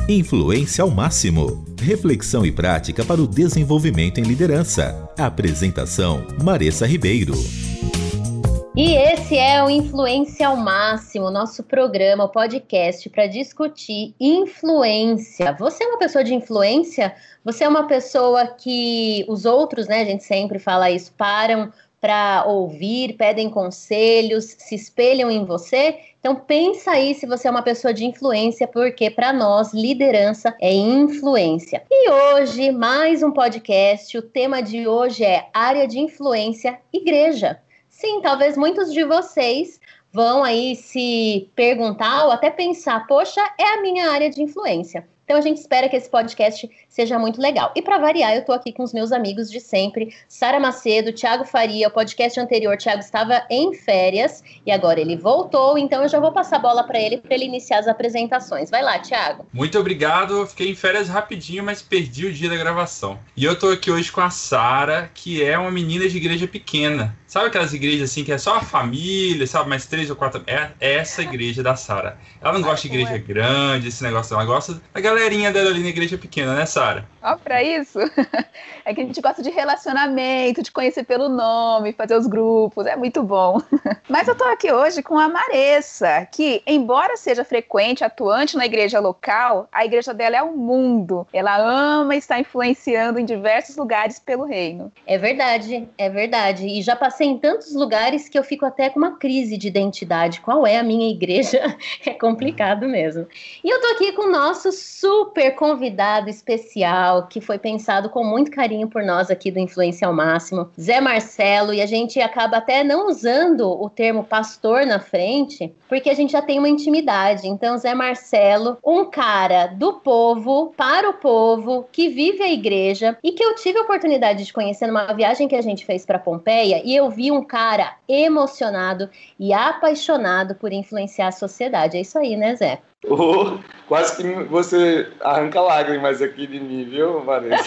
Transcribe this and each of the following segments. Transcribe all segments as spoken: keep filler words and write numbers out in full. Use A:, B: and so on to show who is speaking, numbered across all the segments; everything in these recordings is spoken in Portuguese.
A: Influência ao máximo. Reflexão e prática para o desenvolvimento em liderança. Apresentação: Maressa Ribeiro.
B: E esse é o Influência ao Máximo, nosso programa, o podcast para discutir influência. Você é uma pessoa de influência? Você é uma pessoa que os outros, né, a gente sempre fala isso, param para ouvir, pedem conselhos, se espelham em você? Então pensa aí se você é uma pessoa de influência, porque para nós liderança é influência. E hoje, mais um podcast, o tema de hoje é área de influência, igreja. Sim, talvez muitos de vocês vão aí se perguntar ou até pensar, poxa, é a minha área de influência. Então a gente espera que esse podcast seja muito legal. E para variar, eu estou aqui com os meus amigos de sempre, Sara Macedo, Thiago Faria. O podcast anterior, o Thiago estava em férias e agora ele voltou, então eu já vou passar a bola para ele, para ele iniciar as apresentações. Vai lá, Thiago.
C: Muito obrigado, eu fiquei em férias rapidinho, mas perdi o dia da gravação. E eu estou aqui hoje com a Sara, que é uma menina de igreja pequena. Sabe aquelas igrejas assim que é só a família, sabe, mais três ou quatro... É essa igreja da Sara. Ela não gosta de igreja grande, esse negócio, ela gosta da galerinha dela ali na igreja pequena, né, Sara?
D: Ó, pra isso, é que a gente gosta de relacionamento, de conhecer pelo nome, fazer os grupos, é muito bom. Mas eu tô aqui hoje com a Maressa, que, embora seja frequente, atuante na igreja local, a igreja dela é o mundo. Ela ama estar influenciando em diversos lugares pelo reino.
B: É verdade, é verdade. E já passei em tantos lugares que eu fico até com uma crise de identidade. Qual é a minha igreja? É complicado mesmo. E eu tô aqui com o nosso super convidado especial, que foi pensado com muito carinho por nós aqui do Influência ao Máximo, Zé Marcelo, e a gente acaba até não usando o termo pastor na frente, porque a gente já tem uma intimidade. Então, Zé Marcelo, um cara do povo, para o povo, que vive a igreja, e que eu tive a oportunidade de conhecer numa viagem que a gente fez para Pompeia, e eu vi um cara emocionado e apaixonado por influenciar a sociedade. É isso aí, né, Zé?
E: Oh, quase que você arranca lágrimas aqui de mim, viu, Maressa?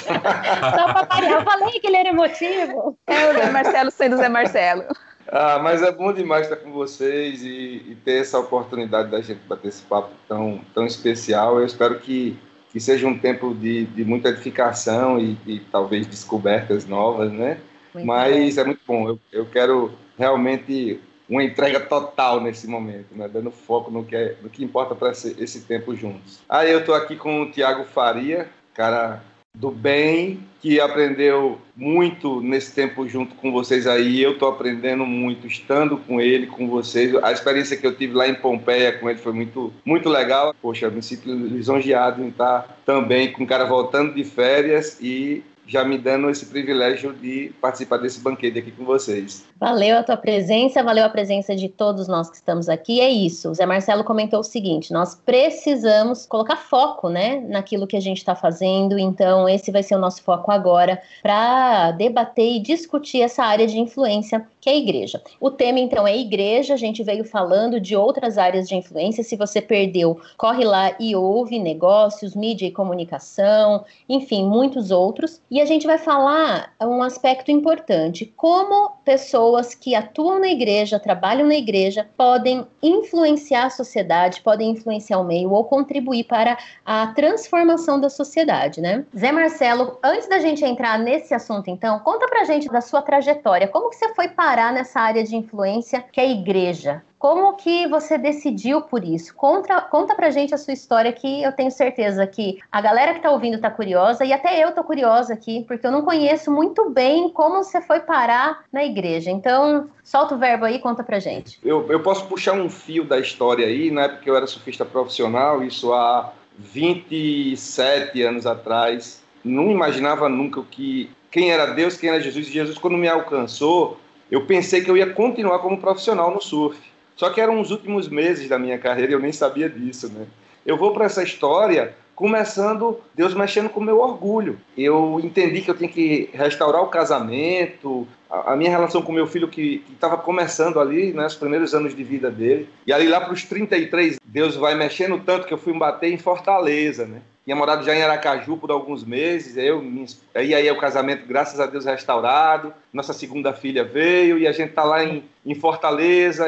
B: Só pra variar, eu falei que ele era emotivo.
D: É o Zé Marcelo sendo o Zé Marcelo.
E: Ah, mas é bom demais estar com vocês e, e ter essa oportunidade da gente bater esse papo tão, tão especial. Eu espero que, que seja um tempo de, de muita edificação e, e talvez descobertas novas, né? Muito mas bom. É muito bom. Eu, eu quero realmente uma entrega total nesse momento, né? Dando foco no que, é, no que importa para esse, esse tempo juntos. Aí eu estou aqui com o Thiago Faria, cara do bem, que aprendeu muito nesse tempo junto com vocês aí. Eu estou aprendendo muito, estando com ele, com vocês. A experiência que eu tive lá em Pompeia com ele foi muito, muito legal. Poxa, eu me sinto lisonjeado em estar também com o cara voltando de férias e já me dando esse privilégio de participar desse banquete aqui com vocês.
B: Valeu a tua presença, valeu a presença de todos nós que estamos aqui. É isso, o Zé Marcelo comentou o seguinte, nós precisamos colocar foco, né, naquilo que a gente está fazendo, então esse vai ser o nosso foco agora para debater e discutir essa área de influência que é a igreja. O tema, então, é igreja, a gente veio falando de outras áreas de influência, se você perdeu, corre lá e ouve, negócios, mídia e comunicação, enfim, muitos outros. E a gente vai falar um aspecto importante, como pessoas que atuam na igreja, trabalham na igreja, podem influenciar a sociedade, podem influenciar o meio ou contribuir para a transformação da sociedade, né? Zé Marcelo, antes da gente entrar nesse assunto, então, conta pra gente da sua trajetória, como que você foi parar nessa área de influência que é a igreja? Como que você decidiu por isso? Conta, conta pra gente a sua história, que eu tenho certeza que a galera que tá ouvindo tá curiosa, e até eu tô curiosa aqui, porque eu não conheço muito bem como você foi parar na igreja. Então, solta o verbo aí e conta pra gente.
E: Eu, eu posso puxar um fio da história aí, na época que eu era surfista profissional, isso há vinte e sete anos atrás. Não imaginava nunca que, quem era Deus, quem era Jesus. E Jesus, quando me alcançou, eu pensei que eu ia continuar como profissional no surf. Só que eram os últimos meses da minha carreira e eu nem sabia disso, né? Eu vou para essa história começando, Deus mexendo com o meu orgulho. Eu entendi que eu tinha que restaurar o casamento, a, a minha relação com meu filho que estava começando ali, né, os primeiros anos de vida dele. E ali lá para os trinta e três, Deus vai mexendo tanto que eu fui bater em Fortaleza, né? Tinha morado já em Aracaju por alguns meses, eu, minha, e aí é o casamento, graças a Deus, restaurado, nossa segunda filha veio e a gente está lá em, em Fortaleza e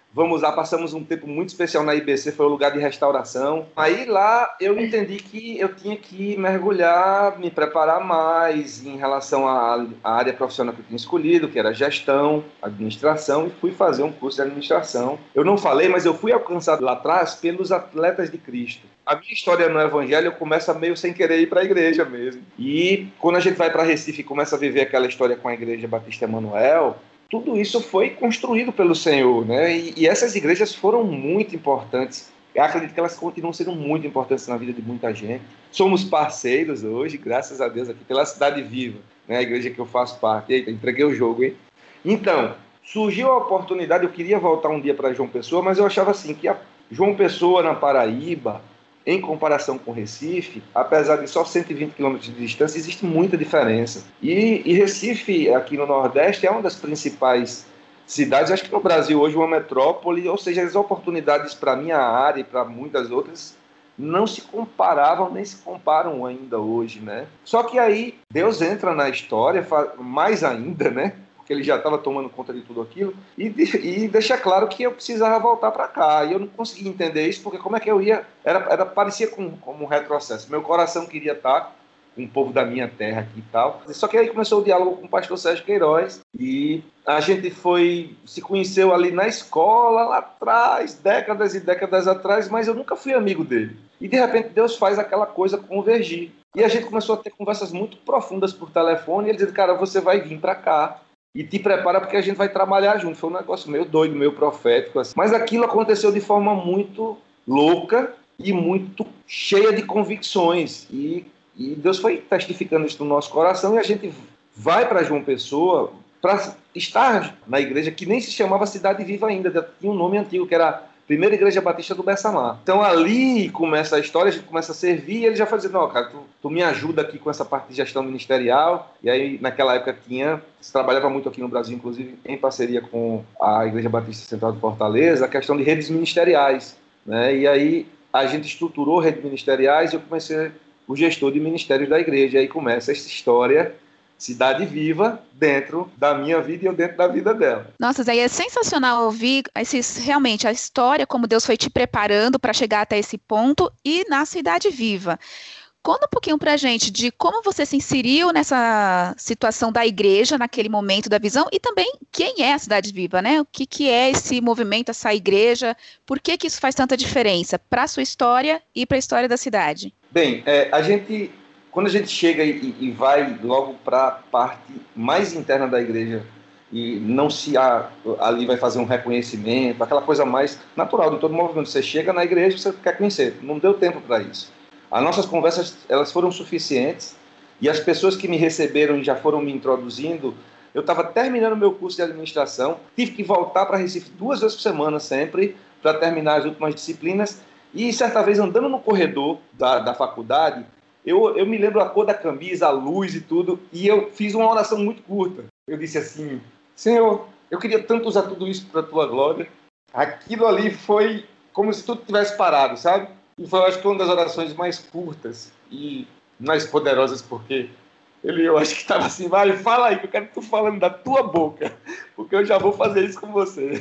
E: Vamos lá, passamos um tempo muito especial na I B C, foi um lugar de restauração. Aí lá eu entendi que eu tinha que mergulhar, me preparar mais em relação à, à área profissional que eu tinha escolhido, que era gestão, administração, e fui fazer um curso de administração. Eu não falei, mas eu fui alcançado lá atrás pelos atletas de Cristo. A minha história no Evangelho começa meio sem querer ir para a igreja mesmo. E quando a gente vai para Recife e começa a viver aquela história com a Igreja Batista Emanuel, tudo isso foi construído pelo Senhor, né? E, e essas igrejas foram muito importantes. Eu acredito que elas continuam sendo muito importantes na vida de muita gente. Somos parceiros hoje, graças a Deus, aqui pela Cidade Viva, né? A igreja que eu faço parte. Eita, entreguei o jogo, hein? Então, surgiu a oportunidade, eu queria voltar um dia para João Pessoa, mas eu achava assim, que a João Pessoa, na Paraíba, em comparação com Recife, apesar de só cento e vinte quilômetros de distância, existe muita diferença. E, e Recife, aqui no Nordeste, é uma das principais cidades, acho que no Brasil hoje, uma metrópole, ou seja, as oportunidades para a minha área e para muitas outras não se comparavam, nem se comparam ainda hoje, né? Só que aí Deus entra na história, mais ainda, né? Que ele já estava tomando conta de tudo aquilo, e, e deixa claro que eu precisava voltar para cá. E eu não conseguia entender isso, porque como é que eu ia... Era, era, parecia com, como um retrocesso. Meu coração queria estar com o povo da minha terra aqui e tal. Só que aí começou o diálogo com o pastor Sérgio Queiroz, e a gente foi... se conheceu ali na escola, lá atrás, décadas e décadas atrás, mas eu nunca fui amigo dele. E de repente Deus faz aquela coisa convergir. E a gente começou a ter conversas muito profundas por telefone, e ele dizendo, cara, você vai vir para cá, e te prepara porque a gente vai trabalhar junto. Foi um negócio meio doido, meio profético. Assim. Mas aquilo aconteceu de forma muito louca e muito cheia de convicções. E, e Deus foi testificando isso no nosso coração, e a gente vai para João Pessoa para estar na igreja que nem se chamava Cidade Viva ainda. Tinha um nome antigo, que era Primeira Igreja Batista do Bessamar. Então ali começa a história, a gente começa a servir, e ele já foi dizendo, não, cara, tu, tu me ajuda aqui com essa parte de gestão ministerial. E aí naquela época tinha, se trabalhava muito aqui no Brasil, inclusive em parceria com a Igreja Batista Central de Fortaleza, a questão de redes ministeriais, né? E aí a gente estruturou redes ministeriais, e eu comecei o gestor de ministérios da igreja. E aí começa essa história Cidade Viva dentro da minha vida e eu dentro da vida dela.
D: Nossa, Zé, é sensacional ouvir esses, realmente a história, como Deus foi te preparando para chegar até esse ponto e na Cidade Viva. Conta um pouquinho para a gente de como você se inseriu nessa situação da igreja, naquele momento da visão, e também quem é a Cidade Viva, né? O que, que é esse movimento, essa igreja, por que, que isso faz tanta diferença para a sua história e para a história da cidade?
E: Bem, é, a gente... Quando a gente chega e, e vai logo para a parte mais interna da igreja e não se há, ali vai fazer um reconhecimento, aquela coisa mais natural de todo movimento. Você chega na igreja, você quer conhecer. Não deu tempo para isso. As nossas conversas, elas foram suficientes, e as pessoas que me receberam e já foram me introduzindo, eu estava terminando meu curso de administração, tive que voltar para Recife duas vezes por semana sempre, para terminar as últimas disciplinas, e certa vez andando no corredor da, da faculdade, Eu, eu me lembro a cor da camisa, a luz e tudo, e eu fiz uma oração muito curta. Eu disse assim, Senhor, eu queria tanto usar tudo isso para a tua glória. Aquilo ali foi como se tudo tivesse parado, sabe? E foi, eu acho que, uma das orações mais curtas e mais poderosas, porque ele, eu acho que estava assim, vai, fala aí, que eu quero que tu falando da tua boca, porque eu já vou fazer isso com você.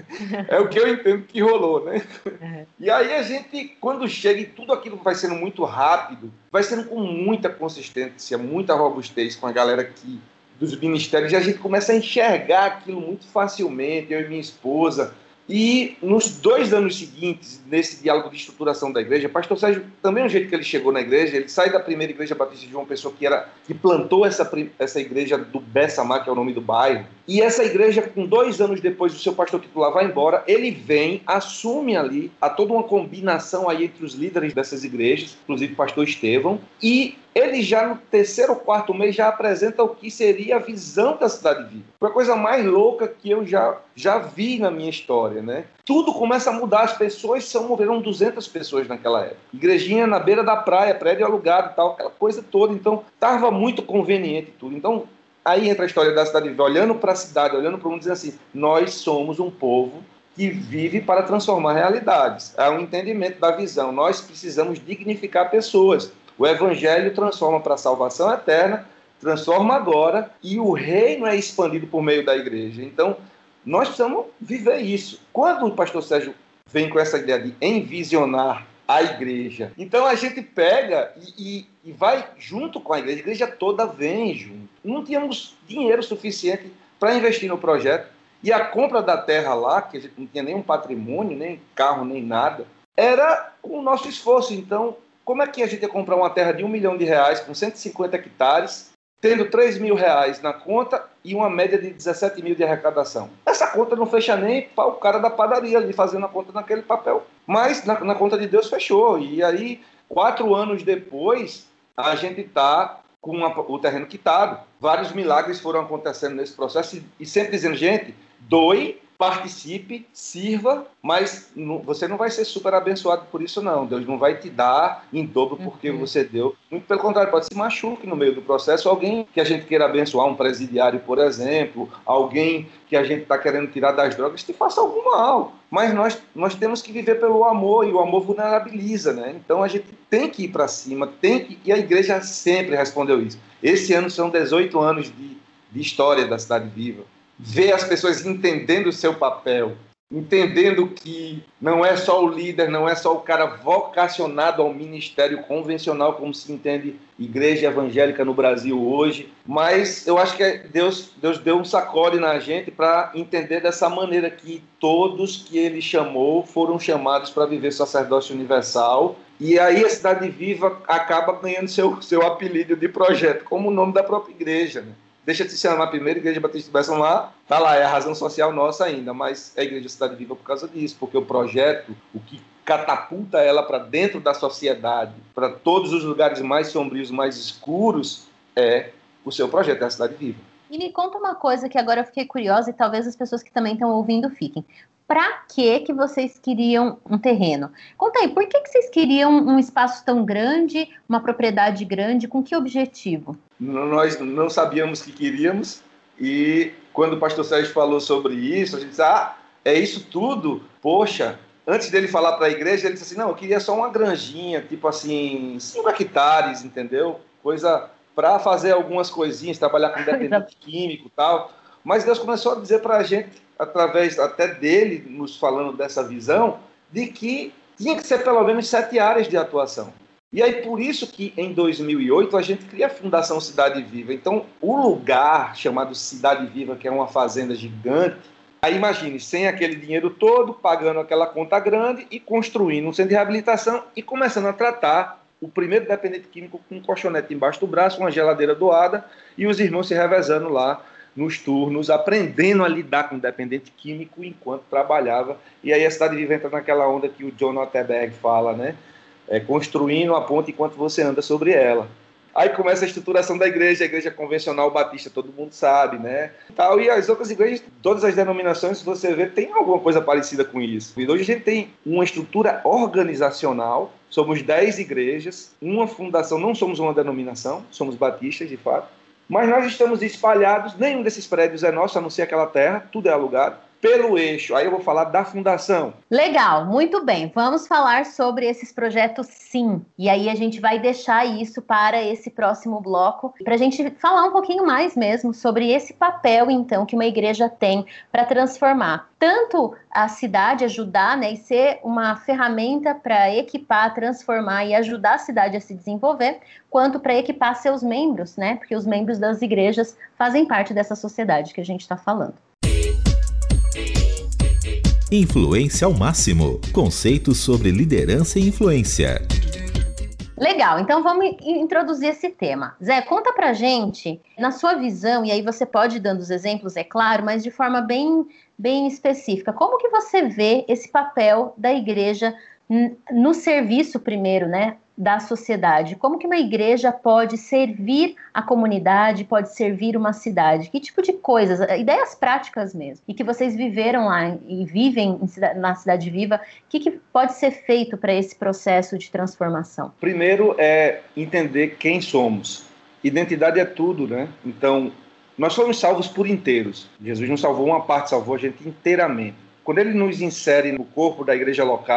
E: É o que eu entendo que rolou, né? Uhum. E aí a gente, quando chega e tudo aquilo vai sendo muito rápido, vai sendo com muita consistência, muita robustez com a galera aqui dos ministérios, e a gente começa a enxergar aquilo muito facilmente, eu e minha esposa. E nos dois anos seguintes, nesse diálogo de estruturação da igreja, pastor Sérgio, também é um jeito que ele chegou na igreja, ele sai da primeira igreja batista de João Pessoa, que, era, que plantou essa, essa igreja do Bessamar, que é o nome do bairro, e essa igreja, com dois anos depois do seu pastor titular vai embora, ele vem, assume ali, há toda uma combinação aí entre os líderes dessas igrejas, inclusive o pastor Estevão, e ele já no terceiro ou quarto mês já apresenta o que seria a visão da Cidade Viva. Foi a coisa mais louca que eu já, já vi na minha história, né? Tudo começa a mudar, as pessoas são, morreram duzentas pessoas naquela época. Igrejinha na beira da praia, prédio alugado e tal, aquela coisa toda. Então, estava muito conveniente tudo. Então, aí entra a história da Cidade Viva, olhando para a cidade, olhando para o mundo, dizendo assim, nós somos um povo que vive para transformar realidades. É um entendimento da visão. Nós precisamos dignificar pessoas. O Evangelho transforma para a salvação eterna, transforma agora, e o reino é expandido por meio da igreja. Então, nós precisamos viver isso. Quando o pastor Sérgio vem com essa ideia de envisionar a igreja, então a gente pega e, e, e vai junto com a igreja, a igreja toda vem junto. Não tínhamos dinheiro suficiente para investir no projeto, e a compra da terra lá, que a gente não tinha nenhum patrimônio, nem carro, nem nada, era com o nosso esforço. Então, como é que a gente ia comprar uma terra de um milhão de reais com cento e cinquenta hectares, tendo três mil reais na conta e uma média de dezessete mil de arrecadação? Essa conta não fecha nem para o cara da padaria ali fazendo a conta naquele papel. Mas na, na conta de Deus fechou. E aí, quatro anos depois, a gente está com a, o terreno quitado. Vários milagres foram acontecendo nesse processo e, e sempre dizendo, gente, doe, participe, sirva, mas não, você não vai ser super abençoado por isso, não. Deus não vai te dar em dobro porque uhum. você deu. Muito pelo contrário, pode se machuque no meio do processo. Alguém que a gente queira abençoar, um presidiário, por exemplo, alguém que a gente está querendo tirar das drogas, te faça algum mal. Mas nós, nós temos que viver pelo amor, e o amor vulnerabiliza, né? Então a gente tem que ir para cima, tem que... E a igreja sempre respondeu isso. Esse ano são dezoito anos de, de história da Cidade Viva. Ver as pessoas entendendo o seu papel, entendendo que não é só o líder, não é só o cara vocacionado ao ministério convencional, como se entende igreja evangélica no Brasil hoje, mas eu acho que Deus, Deus deu um sacode na gente para entender dessa maneira que todos que ele chamou foram chamados para viver sacerdócio universal, e aí a Cidade Viva acaba ganhando seu, seu apelido de projeto, como o nome da própria igreja, né? Deixa de se chamar a primeira Igreja Batista de Bessão lá, tá lá, é a razão social nossa ainda, mas é a Igreja Cidade Viva por causa disso, porque o projeto, o que catapulta ela para dentro da sociedade, para todos os lugares mais sombrios, mais escuros, é o seu projeto, é a Cidade Viva.
B: E me conta uma coisa que agora eu fiquei curiosa e talvez as pessoas que também estão ouvindo fiquem. Para que que vocês queriam um terreno? Conta aí, por que que vocês queriam um espaço tão grande, uma propriedade grande, com que objetivo?
E: Nós não sabíamos que queríamos, e quando o pastor Sérgio falou sobre isso, a gente disse, ah, é isso tudo? Poxa, antes dele falar para a igreja, ele disse assim, não, eu queria só uma granjinha, tipo assim, cinco hectares, entendeu? Coisa para fazer algumas coisinhas, trabalhar com dependente químico e tal. Mas Deus começou a dizer para a gente, através até dele, nos falando dessa visão, de que tinha que ser pelo menos sete áreas de atuação. E aí, por isso que em dois mil e oito a gente cria a Fundação Cidade Viva. Então, o lugar chamado Cidade Viva, que é uma fazenda gigante, aí imagine, sem aquele dinheiro todo, pagando aquela conta grande e construindo um centro de reabilitação e começando a tratar o primeiro dependente químico com um colchonete embaixo do braço, uma geladeira doada, e os irmãos se revezando lá nos turnos, aprendendo a lidar com o dependente químico enquanto trabalhava. E aí a Cidade Viva entra naquela onda que o John Otterberg fala, né? É, construindo a ponte enquanto você anda sobre ela. Aí começa a estruturação da igreja, a igreja convencional batista, todo mundo sabe, né? Tal, e as outras igrejas, todas as denominações, se você ver, tem alguma coisa parecida com isso. E hoje a gente tem uma estrutura organizacional, somos dez igrejas, uma fundação, não somos uma denominação, somos batistas, de fato, mas nós estamos espalhados, nenhum desses prédios é nosso, a não ser aquela terra, tudo é alugado, pelo eixo. Aí eu vou falar da fundação.
B: Legal, muito bem. Vamos falar sobre esses projetos, sim. E aí a gente vai deixar isso para esse próximo bloco, para a gente falar um pouquinho mais mesmo sobre esse papel, então, que uma igreja tem para transformar tanto a cidade, ajudar, né, e ser uma ferramenta para equipar, transformar e ajudar a cidade a se desenvolver, quanto para equipar seus membros, né? Porque os membros das igrejas fazem parte dessa sociedade que a gente está falando.
A: Influência ao máximo. Conceitos sobre liderança e influência.
B: Legal, então vamos introduzir esse tema. Zé, conta pra gente, na sua visão, e aí você pode ir dando os exemplos, é claro, mas de forma bem, bem específica, como que você vê esse papel da igreja no serviço, primeiro, né, da sociedade? Como que uma igreja pode servir a comunidade, pode servir uma cidade? Que tipo de coisas, ideias práticas mesmo, e que vocês viveram lá e vivem na Cidade Viva, o que, que pode ser feito para esse processo de transformação?
E: Primeiro é entender quem somos. Identidade é tudo, né? Então, nós somos salvos por inteiros. Jesus não salvou uma parte, salvou a gente inteiramente. Quando ele nos insere no corpo da igreja local,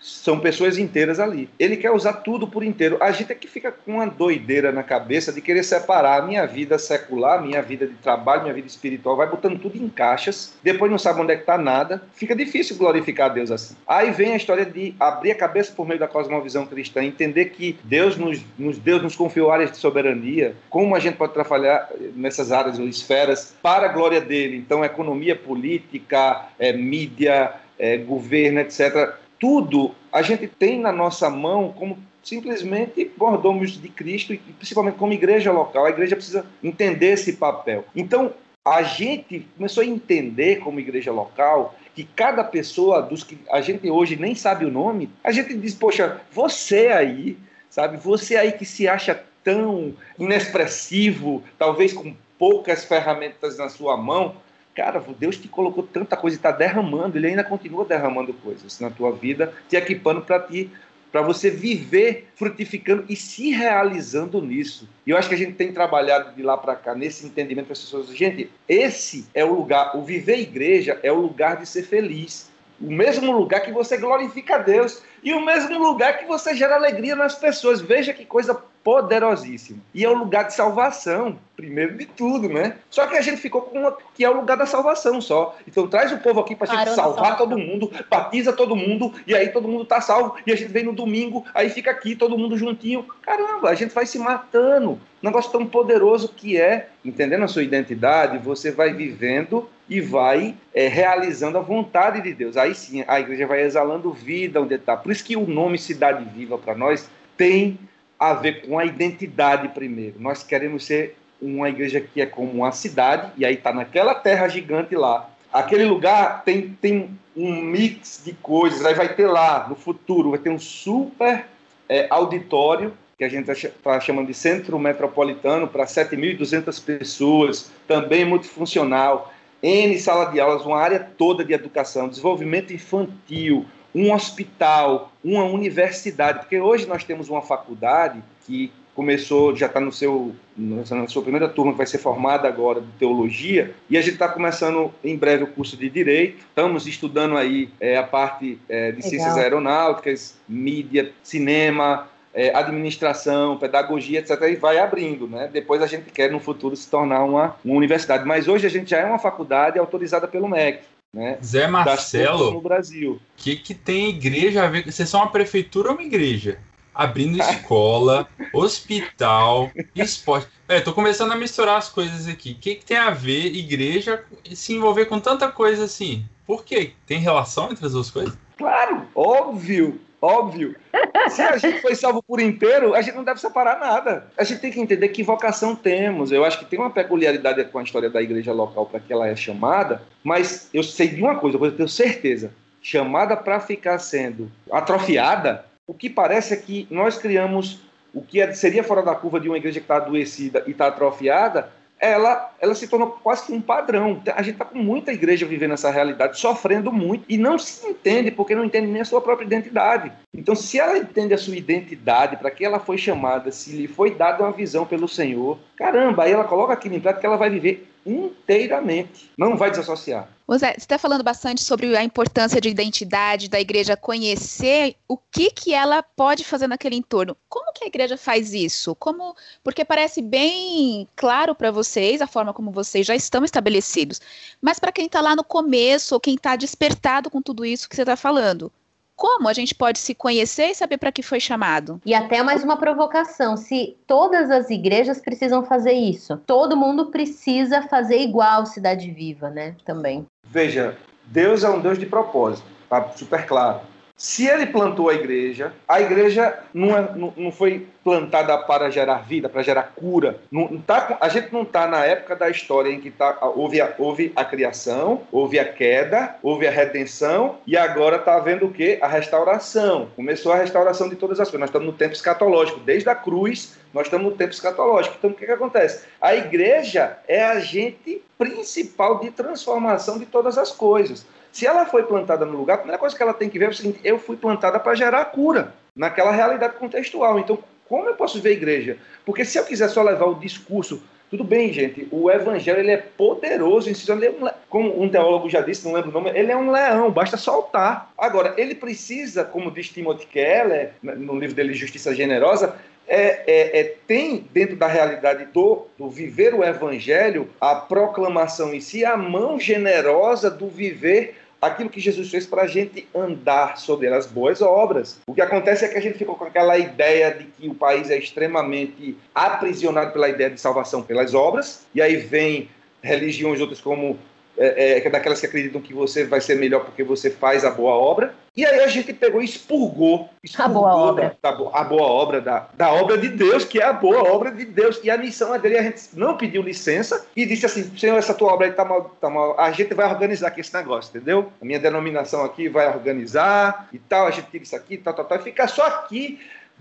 E: são pessoas inteiras ali. Ele quer usar tudo por inteiro. A gente é que fica com uma doideira na cabeça de querer separar a minha vida secular, minha vida de trabalho, minha vida espiritual, vai botando tudo em caixas, depois não sabe onde é que está nada. Fica difícil glorificar a Deus assim. Aí vem a história de abrir a cabeça por meio da cosmovisão cristã, entender que Deus nos, nos, Deus nos confiou áreas de soberania, como a gente pode trabalhar nessas áreas ou esferas para a glória dele. Então, economia, política, é, mídia, é, governo, etcétera. Tudo a gente tem na nossa mão como simplesmente mordomos de Cristo e principalmente como igreja local. A igreja precisa entender esse papel. Então, a gente começou a entender como igreja local que cada pessoa dos que a gente hoje nem sabe o nome, a gente diz, poxa, você aí, sabe, você aí que se acha tão inexpressivo, talvez com poucas ferramentas na sua mão, cara, Deus te colocou tanta coisa e está derramando, Ele ainda continua derramando coisas na tua vida, te equipando para ti, para você viver frutificando e se realizando nisso. E eu acho que a gente tem trabalhado de lá para cá, nesse entendimento para as pessoas. Gente, esse é o lugar, o viver igreja é o lugar de ser feliz. O mesmo lugar que você glorifica a Deus e o mesmo lugar que você gera alegria nas pessoas. Veja que coisa poderosíssima. E é o lugar de salvação, primeiro de tudo, né? Só que a gente ficou com uma, que é o lugar da salvação só. Então traz o povo aqui para a gente salvar todo mundo, batiza todo mundo, e aí todo mundo tá salvo, e a gente vem no domingo, aí fica aqui todo mundo juntinho. Caramba, a gente vai se matando. Um negócio tão poderoso que é, entendendo a sua identidade, você vai vivendo e vai é, realizando a vontade de Deus. Aí sim, a igreja vai exalando vida onde está. Por isso que o nome Cidade Viva para nós tem a ver com a identidade primeiro. Nós queremos ser uma igreja que é como uma cidade, e aí está naquela terra gigante lá. Aquele lugar tem, tem um mix de coisas, aí vai ter lá, no futuro, vai ter um super é, auditório, que a gente está chamando de centro metropolitano, para sete mil e duzentas pessoas, também multifuncional, N sala de aulas, uma área toda de educação, desenvolvimento infantil, um hospital, uma universidade, porque hoje nós temos uma faculdade que começou, já está no seu, na sua primeira turma, que vai ser formada agora de teologia, e a gente está começando em breve o curso de Direito, estamos estudando aí é, a parte é, de Legal. Ciências aeronáuticas, mídia, cinema, é, administração, pedagogia, etcétera, e vai abrindo, né? Depois a gente quer no futuro se tornar uma, uma universidade, mas hoje a gente já é uma faculdade autorizada pelo M E C. Né?
C: Zé Marcelo,
E: no Brasil.
C: O que, que tem igreja a ver? Vocês são uma prefeitura ou uma igreja? Abrindo escola, hospital, esporte. É, tô começando a misturar as coisas aqui. O que, que tem a ver igreja se envolver com tanta coisa assim? Por quê? Tem relação entre as duas coisas?
E: Claro, óbvio, óbvio. Se a gente foi salvo por inteiro, a gente não deve separar nada. A gente tem que entender que vocação temos. Eu acho que tem uma peculiaridade com a história da igreja local para que ela é chamada, mas eu sei de uma coisa, eu tenho certeza, chamada para ficar sendo atrofiada, o que parece é que nós criamos o que seria fora da curva de uma igreja que está adoecida e está atrofiada, ela, ela se tornou quase que um padrão. A gente está com muita igreja vivendo essa realidade, sofrendo muito, e não se entende, porque não entende nem a sua própria identidade. Então, se ela entende a sua identidade, para que ela foi chamada, se lhe foi dada uma visão pelo Senhor, caramba, aí ela coloca aquilo em prática que ela vai viver inteiramente, não vai desassociar.
D: Ô Zé, você está falando bastante sobre a importância de identidade, da igreja conhecer o que, que ela pode fazer naquele entorno. Como que a igreja faz isso? Como, porque parece bem claro para vocês, a forma como vocês já estão estabelecidos, mas para quem está lá no começo, ou quem está despertado com tudo isso que você está falando, como a gente pode se conhecer e saber para que foi chamado?
B: E até mais uma provocação, se todas as igrejas precisam fazer isso, todo mundo precisa fazer igual Cidade Viva, né, também.
E: Veja, Deus é um Deus de propósito, tá super claro. Se ele plantou a igreja, a igreja não, é, não, não foi plantada para gerar vida, para gerar cura. Não, tá, a gente não está na época da história em que tá, houve, a, houve a criação, houve a queda, houve a redenção, e agora está havendo o quê? A restauração. Começou a restauração de todas as coisas. Nós estamos no tempo escatológico. Desde a cruz, nós estamos no tempo escatológico. Então, o que, que acontece? A igreja é agente principal de transformação de todas as coisas. Se ela foi plantada no lugar, a primeira coisa que ela tem que ver é o seguinte: eu fui plantada para gerar cura, naquela realidade contextual. Então, como eu posso ver a igreja? Porque se eu quiser só levar o discurso Tudo bem, gente, o evangelho ele é poderoso, ele é um, como um teólogo já disse, não lembro o nome, ele é um leão, basta soltar. Agora, ele precisa, como diz Timothy Keller, no livro dele Justiça Generosa, É, é, é, tem dentro da realidade do, do viver o evangelho a proclamação em si, a mão generosa do viver aquilo que Jesus fez para a gente andar sobre as boas obras. O que acontece é que a gente ficou com aquela ideia de que o país é extremamente aprisionado pela ideia de salvação pelas obras, e aí vem religiões outras como É, é, daquelas que acreditam que você vai ser melhor porque você faz a boa obra. E aí a gente pegou e expurgou, expurgou
B: a boa obra,
E: da, da, a boa obra da, da obra de Deus, que é a boa obra de Deus. E a missão é dele, a gente não pediu licença e disse assim, Senhor, essa tua obra aí tá mal, tá mal, a gente vai organizar aqui esse negócio, entendeu? A minha denominação aqui vai organizar e tal, a gente tira isso aqui, tal, tal, tal, e fica só aqui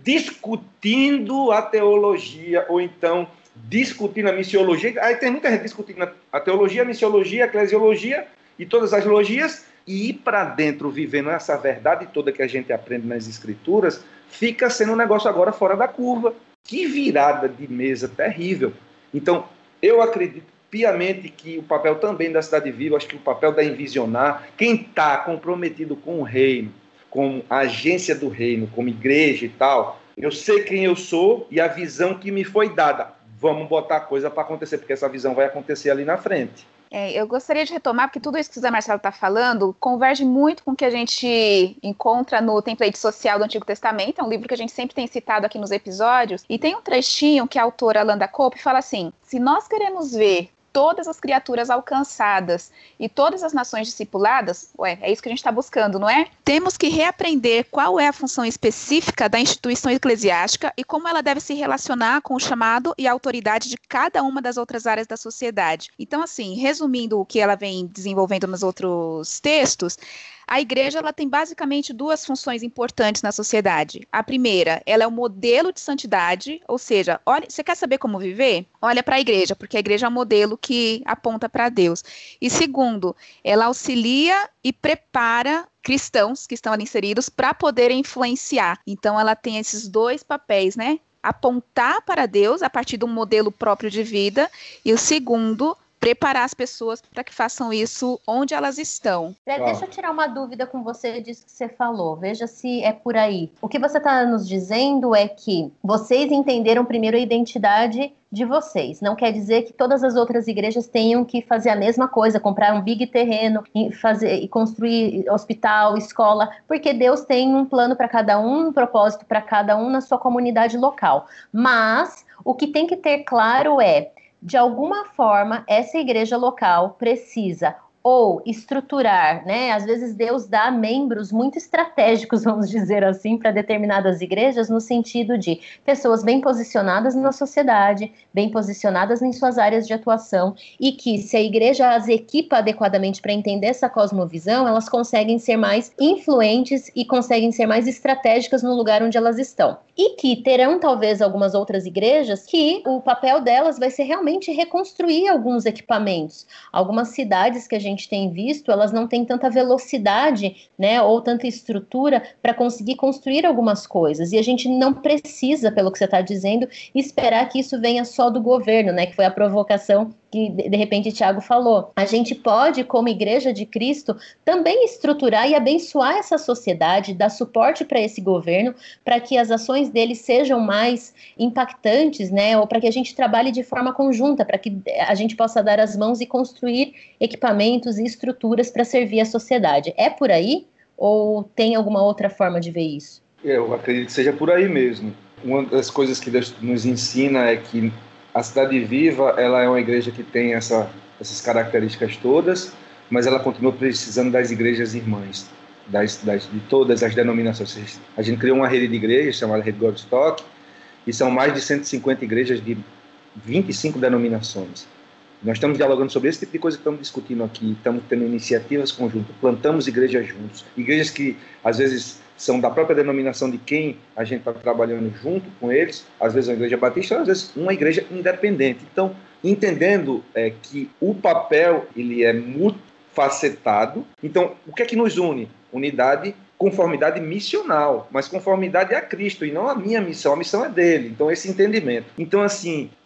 E: discutindo a teologia, ou então discutindo a missiologia. Aí tem muita gente discutindo a teologia, a missiologia, a eclesiologia e todas as logias, e ir para dentro vivendo essa verdade toda que a gente aprende nas escrituras, fica sendo um negócio agora fora da curva. Que virada de mesa terrível. Então, eu acredito piamente que o papel também da Cidade Viva, acho que o papel da Envisionar, quem está comprometido com o reino, como agência do reino, como igreja e tal, eu sei quem eu sou e a visão que me foi dada. Vamos botar a coisa para acontecer, porque essa visão vai acontecer ali na frente.
D: É, eu gostaria de retomar, porque tudo isso que o Zé Marcelo está falando converge muito com o que a gente encontra no template social do Antigo Testamento, é um livro que a gente sempre tem citado aqui nos episódios, e tem um trechinho que a autora Landa Cope fala assim: se nós queremos ver todas as criaturas alcançadas e todas as nações discipuladas, ué, é isso que a gente está buscando, não é? Temos que reaprender qual é a função específica da instituição eclesiástica e como ela deve se relacionar com o chamado e a autoridade de cada uma das outras áreas da sociedade. Então, assim, resumindo o que ela vem desenvolvendo nos outros textos, a igreja ela tem basicamente duas funções importantes na sociedade. A primeira, ela é o modelo de santidade, ou seja, olha, você quer saber como viver? Olha para a igreja, porque a igreja é um modelo que aponta para Deus. E segundo, ela auxilia e prepara cristãos que estão ali inseridos para poderem influenciar. Então ela tem esses dois papéis, né? Apontar para Deus a partir de um modelo próprio de vida, e o segundo, preparar as pessoas para que façam isso onde elas estão.
B: Fred, deixa eu tirar uma dúvida com você disso que você falou. Veja se é por aí. O que você está nos dizendo é que vocês entenderam primeiro a identidade de vocês. Não quer dizer que todas as outras igrejas tenham que fazer a mesma coisa, comprar um big terreno e, fazer, e construir hospital, escola, porque Deus tem um plano para cada um, um propósito para cada um na sua comunidade local. Mas o que tem que ter claro é, de alguma forma, essa igreja local precisa ou estruturar, né? Às vezes Deus dá membros muito estratégicos, vamos dizer assim, para determinadas igrejas, no sentido de pessoas bem posicionadas na sociedade, bem posicionadas em suas áreas de atuação, e que, se a igreja as equipa adequadamente para entender essa cosmovisão, elas conseguem ser mais influentes e conseguem ser mais estratégicas no lugar onde elas estão. E que terão, talvez, algumas outras igrejas que o papel delas vai ser realmente reconstruir alguns equipamentos. Algumas cidades que a gente gente tem visto, elas não têm tanta velocidade, né, ou tanta estrutura para conseguir construir algumas coisas, e a gente não precisa, pelo que você está dizendo, esperar que isso venha só do governo, né, que foi a provocação que de repente o Thiago falou. A gente pode, como igreja de Cristo, também estruturar e abençoar essa sociedade, dar suporte para esse governo, para que as ações dele sejam mais impactantes, né, ou para que a gente trabalhe de forma conjunta, para que a gente possa dar as mãos e construir equipamentos e estruturas para servir a sociedade. É por aí? Ou tem alguma outra forma de ver isso?
E: Eu acredito que seja por aí mesmo. Uma das coisas que Deus nos ensina é que a Cidade Viva, ela é uma igreja que tem essa, essas características todas, mas ela continua precisando das igrejas irmãs, das, das, de todas as denominações. A gente criou uma rede de igrejas chamada Rede Godstock, e são mais de cento e cinquenta igrejas de vinte e cinco denominações. Nós estamos dialogando sobre esse tipo de coisa que estamos discutindo aqui, estamos tendo iniciativas conjuntas, plantamos igrejas juntos, igrejas que às vezes são da própria denominação de quem a gente está trabalhando junto com eles, às vezes uma igreja batista, às vezes uma igreja independente. Então, entendendo é, que o papel ele é multifacetado, então o que é que nos une? Unidade, conformidade missional, mas conformidade a Cristo e não a minha missão, a missão é dele, então esse entendimento. Então assim,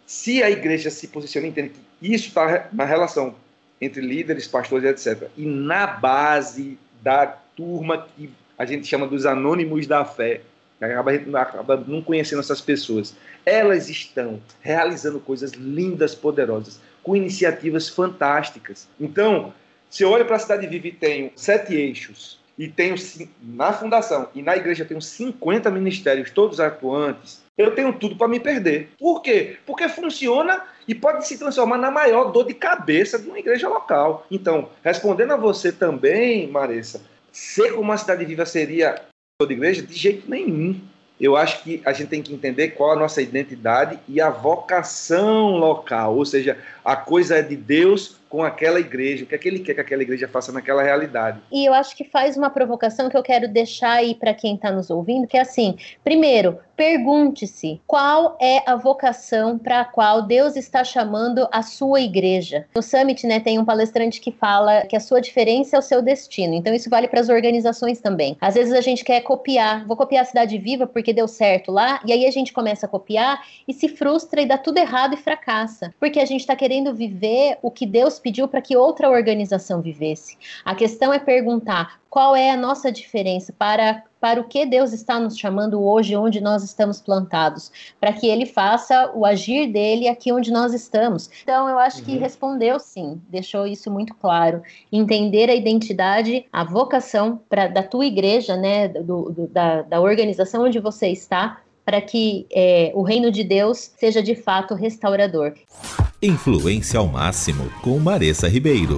E: se a igreja se posiciona e entende que isso está na relação entre líderes, pastores, etcétera, e na base da turma que a gente chama dos anônimos da fé, acaba, a gente acaba não conhecendo essas pessoas, elas estão realizando coisas lindas, poderosas, com iniciativas fantásticas. Então, se eu olho para a Cidade Viva e tenho sete eixos, e tenho, na fundação e na igreja, tenho cinquenta ministérios, todos atuantes, eu tenho tudo para me perder. Por quê? Porque funciona e pode se transformar na maior dor de cabeça de uma igreja local. Então, respondendo a você também, Maressa, ser como a Cidade Viva seria toda igreja? De jeito nenhum. Eu acho que a gente tem que entender qual a nossa identidade e a vocação local, ou seja, a coisa é de Deus com aquela igreja, o que é que ele quer que aquela igreja faça naquela realidade.
B: E eu acho que faz uma provocação que eu quero deixar aí para quem está nos ouvindo, que é assim, primeiro, pergunte-se qual é a vocação para a qual Deus está chamando a sua igreja. No Summit, né, tem um palestrante que fala que a sua diferença é o seu destino, então isso vale para as organizações também. Às vezes a gente quer copiar, vou copiar a Cidade Viva porque deu certo lá, e aí a gente começa a copiar e se frustra e dá tudo errado e fracassa, porque a gente está querendo viver o que Deus pediu para que outra organização vivesse. A questão é perguntar qual é a nossa diferença para, para o que Deus está nos chamando hoje, onde nós estamos plantados, para que Ele faça o agir dele aqui onde nós estamos. Então, eu acho uhum. que respondeu sim, deixou isso muito claro. Entender a identidade, a vocação pra, da tua igreja, né, do, do, da, da organização onde você está, para que é, o reino de Deus seja de fato restaurador.
A: Influência ao máximo com Maressa Ribeiro.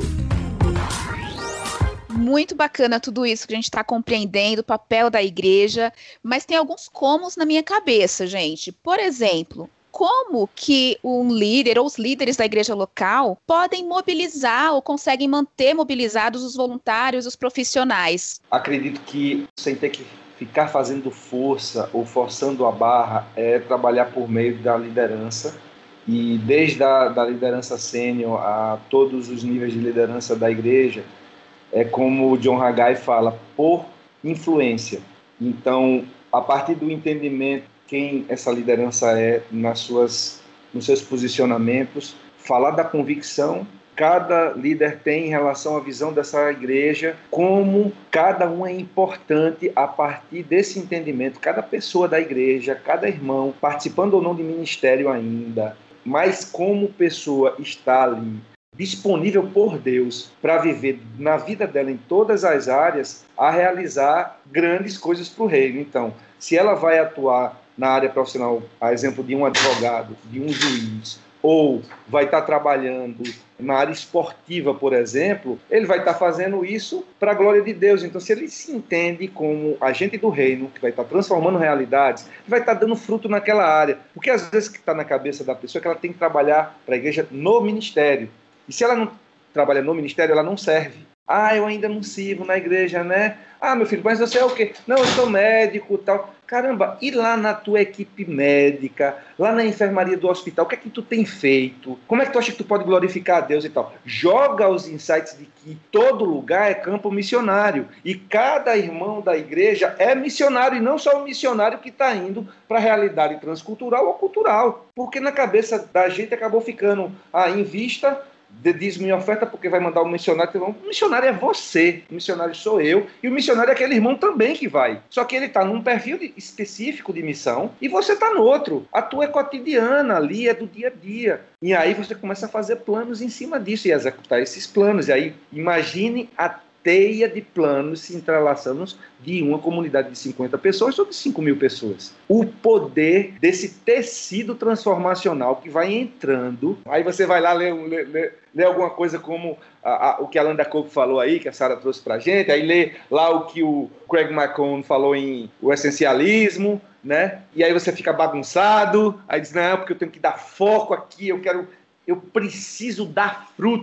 D: Muito bacana tudo isso que a gente está compreendendo, o papel da igreja, mas tem alguns comos na minha cabeça, gente. Por exemplo, como que um líder ou os líderes da igreja local podem mobilizar ou conseguem manter mobilizados os voluntários, os profissionais?
E: Acredito que sem ter que ficar fazendo força ou forçando a barra é trabalhar por meio da liderança. E desde a da liderança sênior a todos os níveis de liderança da igreja, é como o John Haggai fala, por influência. Então, a partir do entendimento quem essa liderança é nas suas, nos seus posicionamentos, falar da convicção cada líder tem em relação à visão dessa igreja, como cada um é importante a partir desse entendimento, cada pessoa da igreja, cada irmão, participando ou não de ministério ainda, mas como pessoa está ali, disponível por Deus para viver na vida dela em todas as áreas, a realizar grandes coisas para o reino. Então, se ela vai atuar na área profissional, a exemplo de um advogado, de um juiz, ou vai estar trabalhando na área esportiva, por exemplo, ele vai estar fazendo isso para a glória de Deus. Então, se ele se entende como agente do reino, que vai estar transformando realidades, vai estar dando fruto naquela área. Porque às vezes o que está na cabeça da pessoa é que ela tem que trabalhar para a igreja no ministério. E se ela não trabalha no ministério, ela não serve. Ah, eu ainda não sirvo na igreja, né? Ah, meu filho, mas você é o quê? Não, eu sou médico e tal. Caramba, e lá na tua equipe médica, lá na enfermaria do hospital, o que é que tu tem feito? Como é que tu acha que tu pode glorificar a Deus e tal? Joga os insights de que todo lugar é campo missionário. E cada irmão da igreja é missionário, e não só o missionário que está indo para a realidade transcultural ou cultural. Porque na cabeça da gente acabou ficando ah, em vista... diz minha oferta porque vai mandar um missionário. O missionário é você, o missionário sou eu, e o missionário é aquele irmão também que vai. Só que ele está num perfil de, específico de missão e você está no outro. A tua é cotidiana, ali é do dia a dia. E aí você começa a fazer planos em cima disso e executar esses planos. E aí imagine a teia de planos se entrelaçando de uma comunidade de cinquenta pessoas ou de cinco mil pessoas. O poder desse tecido transformacional que vai entrando. Aí você vai lá ler, ler, ler, ler alguma coisa como a, a, o que a Landa Coco falou aí, que a Sara trouxe pra gente, aí lê lá o que o Craig McCone falou em O Essencialismo, né? E aí você fica bagunçado, aí diz, não, porque eu tenho que dar foco aqui, eu quero... eu preciso dar fruto.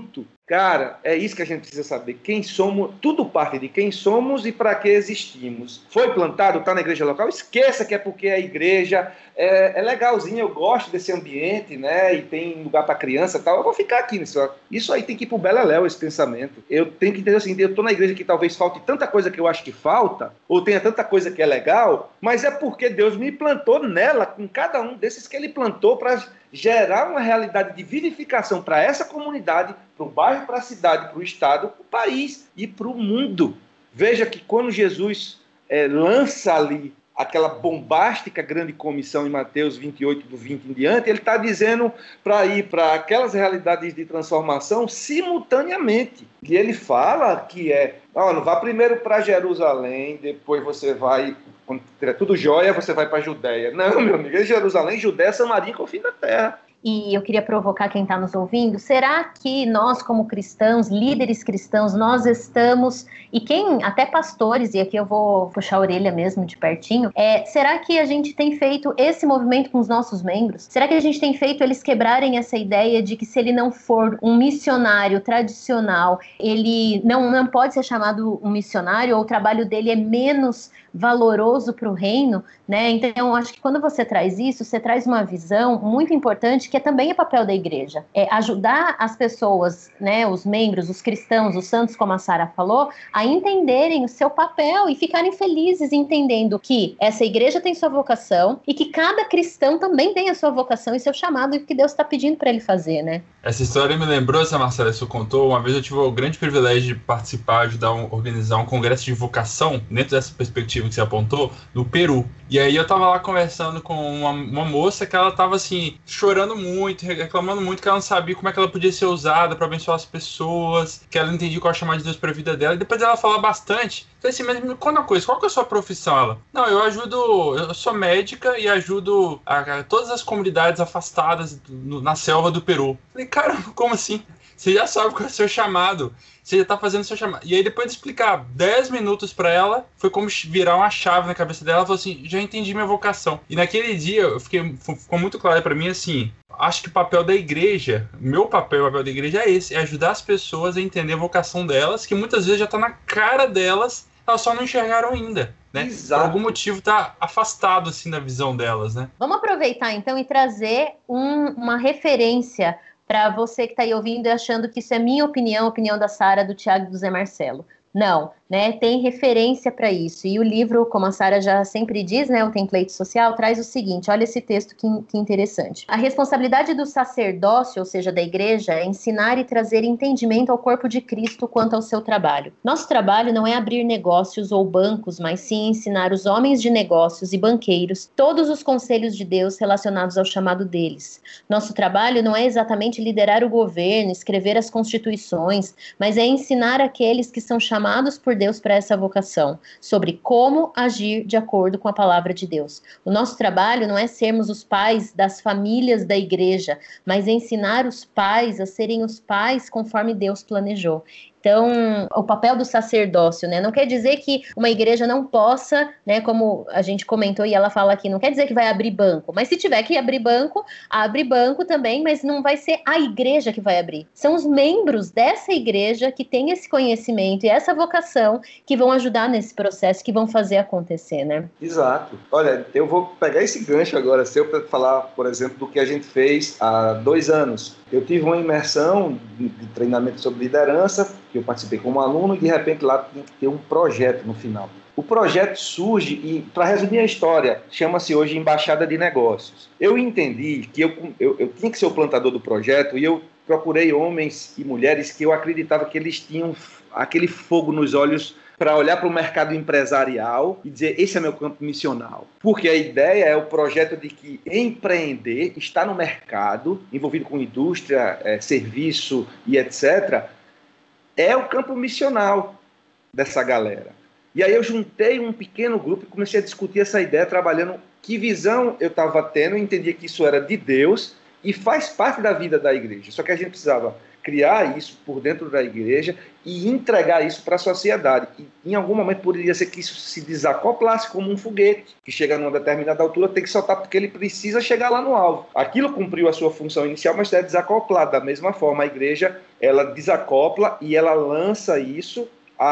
E: Cara, é isso que a gente precisa saber. Quem somos, tudo parte de quem somos e para que existimos. Foi plantado, está na igreja local, esqueça que é porque a igreja é, é legalzinha, eu gosto desse ambiente, né? E tem lugar para criança e tal. Eu vou ficar aqui nisso. Isso aí tem que ir pro beleléu, esse pensamento. Eu tenho que entender o seguinte, eu estou na igreja que talvez falte tanta coisa que eu acho que falta, ou tenha tanta coisa que é legal, mas é porque Deus me plantou nela, com cada um desses que Ele plantou para gerar uma realidade de vivificação para essa comunidade, para o bairro, para a cidade, para o estado, para o país e para o mundo. Veja que quando Jesus é, lança ali aquela bombástica grande comissão em Mateus vinte e oito, do vinte em diante, ele está dizendo para ir para aquelas realidades de transformação simultaneamente. E ele fala que é, oh, não vá primeiro para Jerusalém, depois você vai, quando tiver tudo jóia, você vai para a Judéia. Não, meu amigo, é Jerusalém, Judéia, Samaria e confim da terra.
B: E eu queria provocar quem está nos ouvindo, será que nós como cristãos, líderes cristãos, nós estamos, e quem, até pastores, e aqui eu vou puxar a orelha mesmo de pertinho, é, será que a gente tem feito esse movimento com os nossos membros? Será que a gente tem feito eles quebrarem essa ideia de que se ele não for um missionário tradicional, ele não, não pode ser chamado um missionário, ou o trabalho dele é menos valoroso para o reino, né? Então, acho que quando você traz isso, você traz uma visão muito importante, que é também o papel da igreja. É ajudar as pessoas, né, os membros, os cristãos, os santos, como a Sara falou, a entenderem o seu papel e ficarem felizes entendendo que essa igreja tem sua vocação e que cada cristão também tem a sua vocação e seu chamado e o que Deus está pedindo para ele fazer, né?
C: Essa história me lembrou, essa Marcela, isso contou, uma vez eu tive o grande privilégio de participar, ajudar a organizar um congresso de vocação, dentro dessa perspectiva que você apontou, no Peru. E aí eu tava lá conversando com uma, uma moça que ela tava assim, chorando muito, reclamando muito, que ela não sabia como é que ela podia ser usada para abençoar as pessoas, que ela não entendia qual é a chamada de Deus para a vida dela. E depois ela falou bastante. Eu falei assim, mas me conta uma coisa, qual que é a sua profissão? Ela, não, eu ajudo, eu sou médica e ajudo a, a todas as comunidades afastadas no, na selva do Peru. Eu falei, cara, como assim? Você já sabe qual é o seu chamado. Você já tá fazendo o seu chamado. E aí, depois de explicar dez minutos pra ela, foi como virar uma chave na cabeça dela. Ela falou assim, já entendi minha vocação. E naquele dia, eu fiquei, ficou muito claro pra mim, assim, acho que o papel da igreja, meu papel, o papel da igreja é esse, é ajudar as pessoas a entender a vocação delas, que muitas vezes já tá na cara delas, elas só não enxergaram ainda, né? Exato. Por algum motivo tá afastado, assim, da visão delas, né?
B: Vamos aproveitar, então, e trazer um, uma referência para você que está aí ouvindo e achando que isso é minha opinião, a opinião da Sara, do Tiago e do Zé Marcelo. Não, né? Tem referência para isso. E o livro, como a Sara já sempre diz, né, o template social, traz o seguinte, olha esse texto que, que interessante. A responsabilidade do sacerdócio, ou seja, da igreja, é ensinar e trazer entendimento ao corpo de Cristo quanto ao seu trabalho. Nosso trabalho não é abrir negócios ou bancos, mas sim ensinar os homens de negócios e banqueiros todos os conselhos de Deus relacionados ao chamado deles. Nosso trabalho não é exatamente liderar o governo, escrever as constituições, mas é ensinar aqueles que são chamados chamados por Deus para essa vocação, sobre como agir de acordo com a palavra de Deus. O nosso trabalho não é sermos os pais das famílias da igreja, mas ensinar os pais a serem os pais conforme Deus planejou. Então, o papel do sacerdócio, né? Não quer dizer que uma igreja não possa, né? Como a gente comentou e ela fala aqui, não quer dizer que vai abrir banco. Mas se tiver que abrir banco, abre banco também, mas não vai ser a igreja que vai abrir. São os membros dessa igreja que têm esse conhecimento e essa vocação que vão ajudar nesse processo, que vão fazer acontecer, né?
E: Exato. Olha, eu vou pegar esse gancho agora seu para falar, por exemplo, do que a gente fez há dois anos. Eu tive uma imersão de treinamento sobre liderança, que eu participei como aluno, e de repente lá tinha que ter um projeto no final. O projeto surge, e para resumir a história, chama-se hoje Embaixada de Negócios. Eu entendi que eu, eu, eu tinha que ser o plantador do projeto, e eu procurei homens e mulheres que eu acreditava que eles tinham aquele fogo nos olhos para olhar para o mercado empresarial e dizer, esse é meu campo missional. Porque a ideia é o projeto de que empreender, estar no mercado, envolvido com indústria, é, serviço e etcétera, é o campo missional dessa galera. E aí eu juntei um pequeno grupo e comecei a discutir essa ideia, trabalhando que visão eu estava tendo, eu entendia que isso era de Deus e faz parte da vida da igreja. Só que a gente precisava criar isso por dentro da igreja e entregar isso para a sociedade. E em algum momento poderia ser que isso se desacoplasse como um foguete, que chega numa determinada altura, tem que soltar porque ele precisa chegar lá no alvo. Aquilo cumpriu a sua função inicial, mas é desacoplado. Da mesma forma, a igreja, ela desacopla e ela lança isso.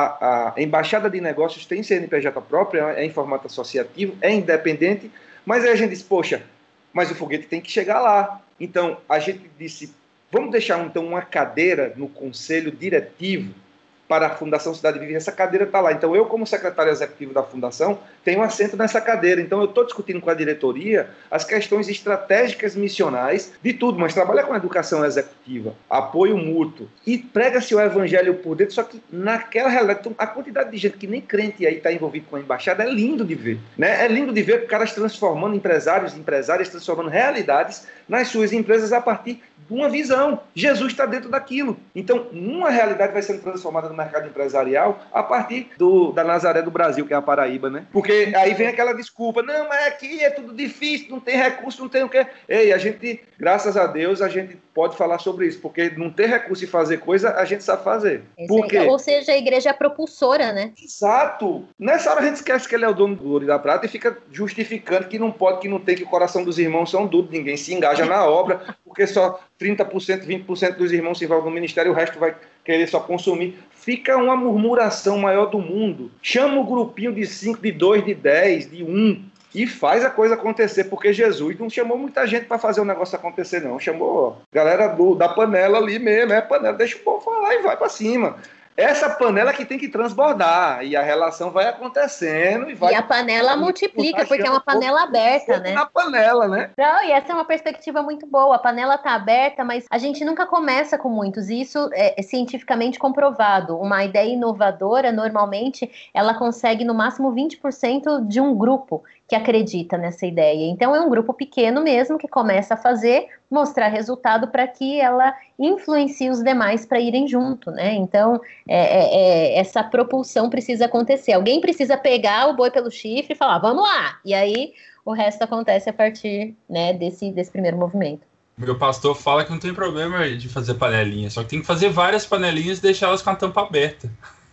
E: A, a Embaixada de Negócios tem C N P J própria, é em formato associativo, é independente, mas aí a gente diz, poxa, mas o foguete tem que chegar lá. Então, a gente disse, vamos deixar então uma cadeira no conselho diretivo para a Fundação Cidade Viva, essa cadeira está lá. Então, eu, como secretário executivo da Fundação, tenho assento nessa cadeira. Então, eu estou discutindo com a diretoria as questões estratégicas missionais de tudo, mas trabalha com a educação executiva, apoio mútuo, e prega-se o evangelho por dentro, só que naquela realidade, então, a quantidade de gente que nem crente aí está envolvido com a embaixada é lindo de ver. Né? É lindo de ver caras transformando empresários e empresárias, transformando realidades nas suas empresas a partir de uma visão. Jesus está dentro daquilo. Então, uma realidade vai sendo transformada no mercado empresarial a partir do, da Nazaré do Brasil, que é a Paraíba, né? Porque aí vem aquela desculpa, não, mas aqui é tudo difícil, não tem recurso, não tem o quê. Ei, a gente, graças a Deus, a gente pode falar sobre isso, porque não ter recurso e fazer coisa, a gente sabe fazer. Por quê?
B: Ou seja, a igreja é propulsora, né?
E: Exato. Nessa hora a gente esquece que ele é o dono do ouro e da prata e fica justificando que não pode, que não tem, que o coração dos irmãos são duros, ninguém se engaja na obra, porque só trinta por cento, vinte por cento dos irmãos se envolvem no ministério, o resto vai querer só consumir. Fica uma murmuração maior do mundo. Chama o grupinho de cinco, de dois, de dez, de um e faz a coisa acontecer, porque Jesus não chamou muita gente para fazer o negócio acontecer, não. Chamou galera do, da panela ali mesmo, é panela, deixa o povo falar e vai para cima. Essa panela que tem que transbordar, e a relação vai acontecendo. E, vai
B: e a panela multiplica, porque é uma panela aberta, né?
E: Na panela, né?
B: Não, e essa é uma perspectiva muito boa. A panela está aberta, mas a gente nunca começa com muitos. E isso é cientificamente comprovado. Uma ideia inovadora, normalmente, ela consegue no máximo vinte por cento de um grupo que acredita nessa ideia. Então, é um grupo pequeno mesmo que começa a fazer, mostrar resultado para que ela influencie os demais para irem junto, né? Então, é, é, essa propulsão precisa acontecer. Alguém precisa pegar o boi pelo chifre e falar, vamos lá! E aí, o resto acontece a partir, né, desse, desse primeiro movimento.
C: Meu pastor fala que não tem problema de fazer panelinha, só que tem que fazer várias panelinhas e deixar elas com a tampa aberta.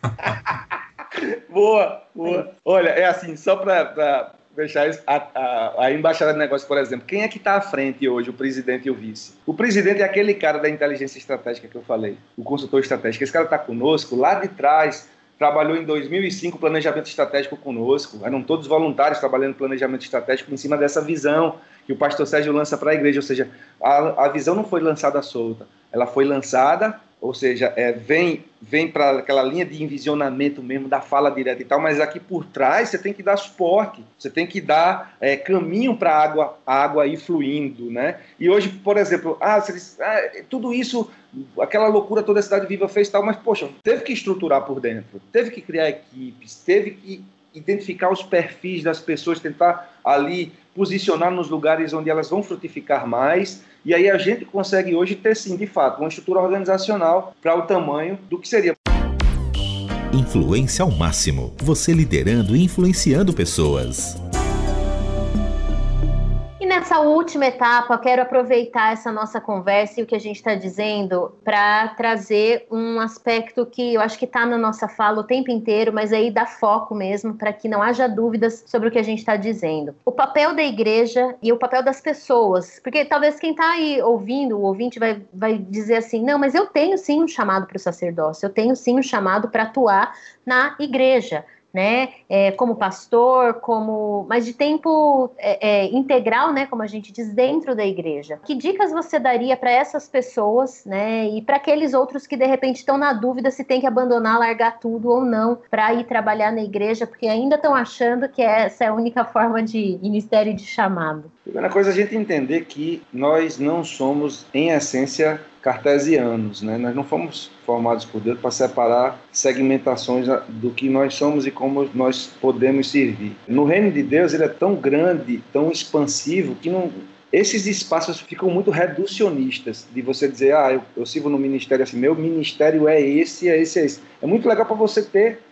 E: Boa, boa. Olha, é assim, só para fechar isso, a, a, a Embaixada de Negócios, por exemplo, quem é que está à frente hoje, o presidente e o vice? O presidente é aquele cara da inteligência estratégica que eu falei, o consultor estratégico. Esse cara está conosco, lá de trás, trabalhou em dois mil e cinco planejamento estratégico conosco, eram todos voluntários trabalhando planejamento estratégico em cima dessa visão que o pastor Sérgio lança para a igreja, ou seja, a, a visão não foi lançada solta, ela foi lançada, ou seja, é, vem, vem para aquela linha de envisionamento mesmo, da fala direta e tal, mas aqui por trás você tem que dar suporte, você tem que dar é, caminho para a água, a água ir fluindo, né? E hoje, por exemplo, ah, você diz, ah, tudo isso, aquela loucura toda a Cidade Viva fez tal, mas, poxa, teve que estruturar por dentro, teve que criar equipes, teve que identificar os perfis das pessoas, tentar ali posicionar nos lugares onde elas vão frutificar mais, e aí a gente consegue hoje ter, sim, de fato, uma estrutura organizacional para o tamanho do que seria.
A: Influência ao máximo. Você liderando e influenciando pessoas.
B: Nessa última etapa, eu quero aproveitar essa nossa conversa e o que a gente está dizendo para trazer um aspecto que eu acho que está na nossa fala o tempo inteiro, mas aí dá foco mesmo para que não haja dúvidas sobre o que a gente está dizendo. O papel da igreja e o papel das pessoas, porque talvez quem está aí ouvindo, o ouvinte vai, vai dizer assim, não, mas eu tenho sim um chamado para o sacerdócio, eu tenho sim um chamado para atuar na igreja, né, é, como pastor, como, mas de tempo é, é, integral, né, como a gente diz, dentro da igreja. Que dicas você daria para essas pessoas, né, e para aqueles outros que de repente estão na dúvida se tem que abandonar, largar tudo ou não para ir trabalhar na igreja, porque ainda estão achando que essa é a única forma de ministério de chamado?
E: Primeira coisa, a gente entender que nós não somos, em essência, cartesianos, né? Nós não fomos formados por Deus para separar segmentações do que nós somos e como nós podemos servir. No reino de Deus, ele é tão grande, tão expansivo, que não, esses espaços ficam muito reducionistas, de você dizer, ah, eu, eu sirvo no ministério assim, meu ministério é esse, é esse, é esse. É muito legal para você ter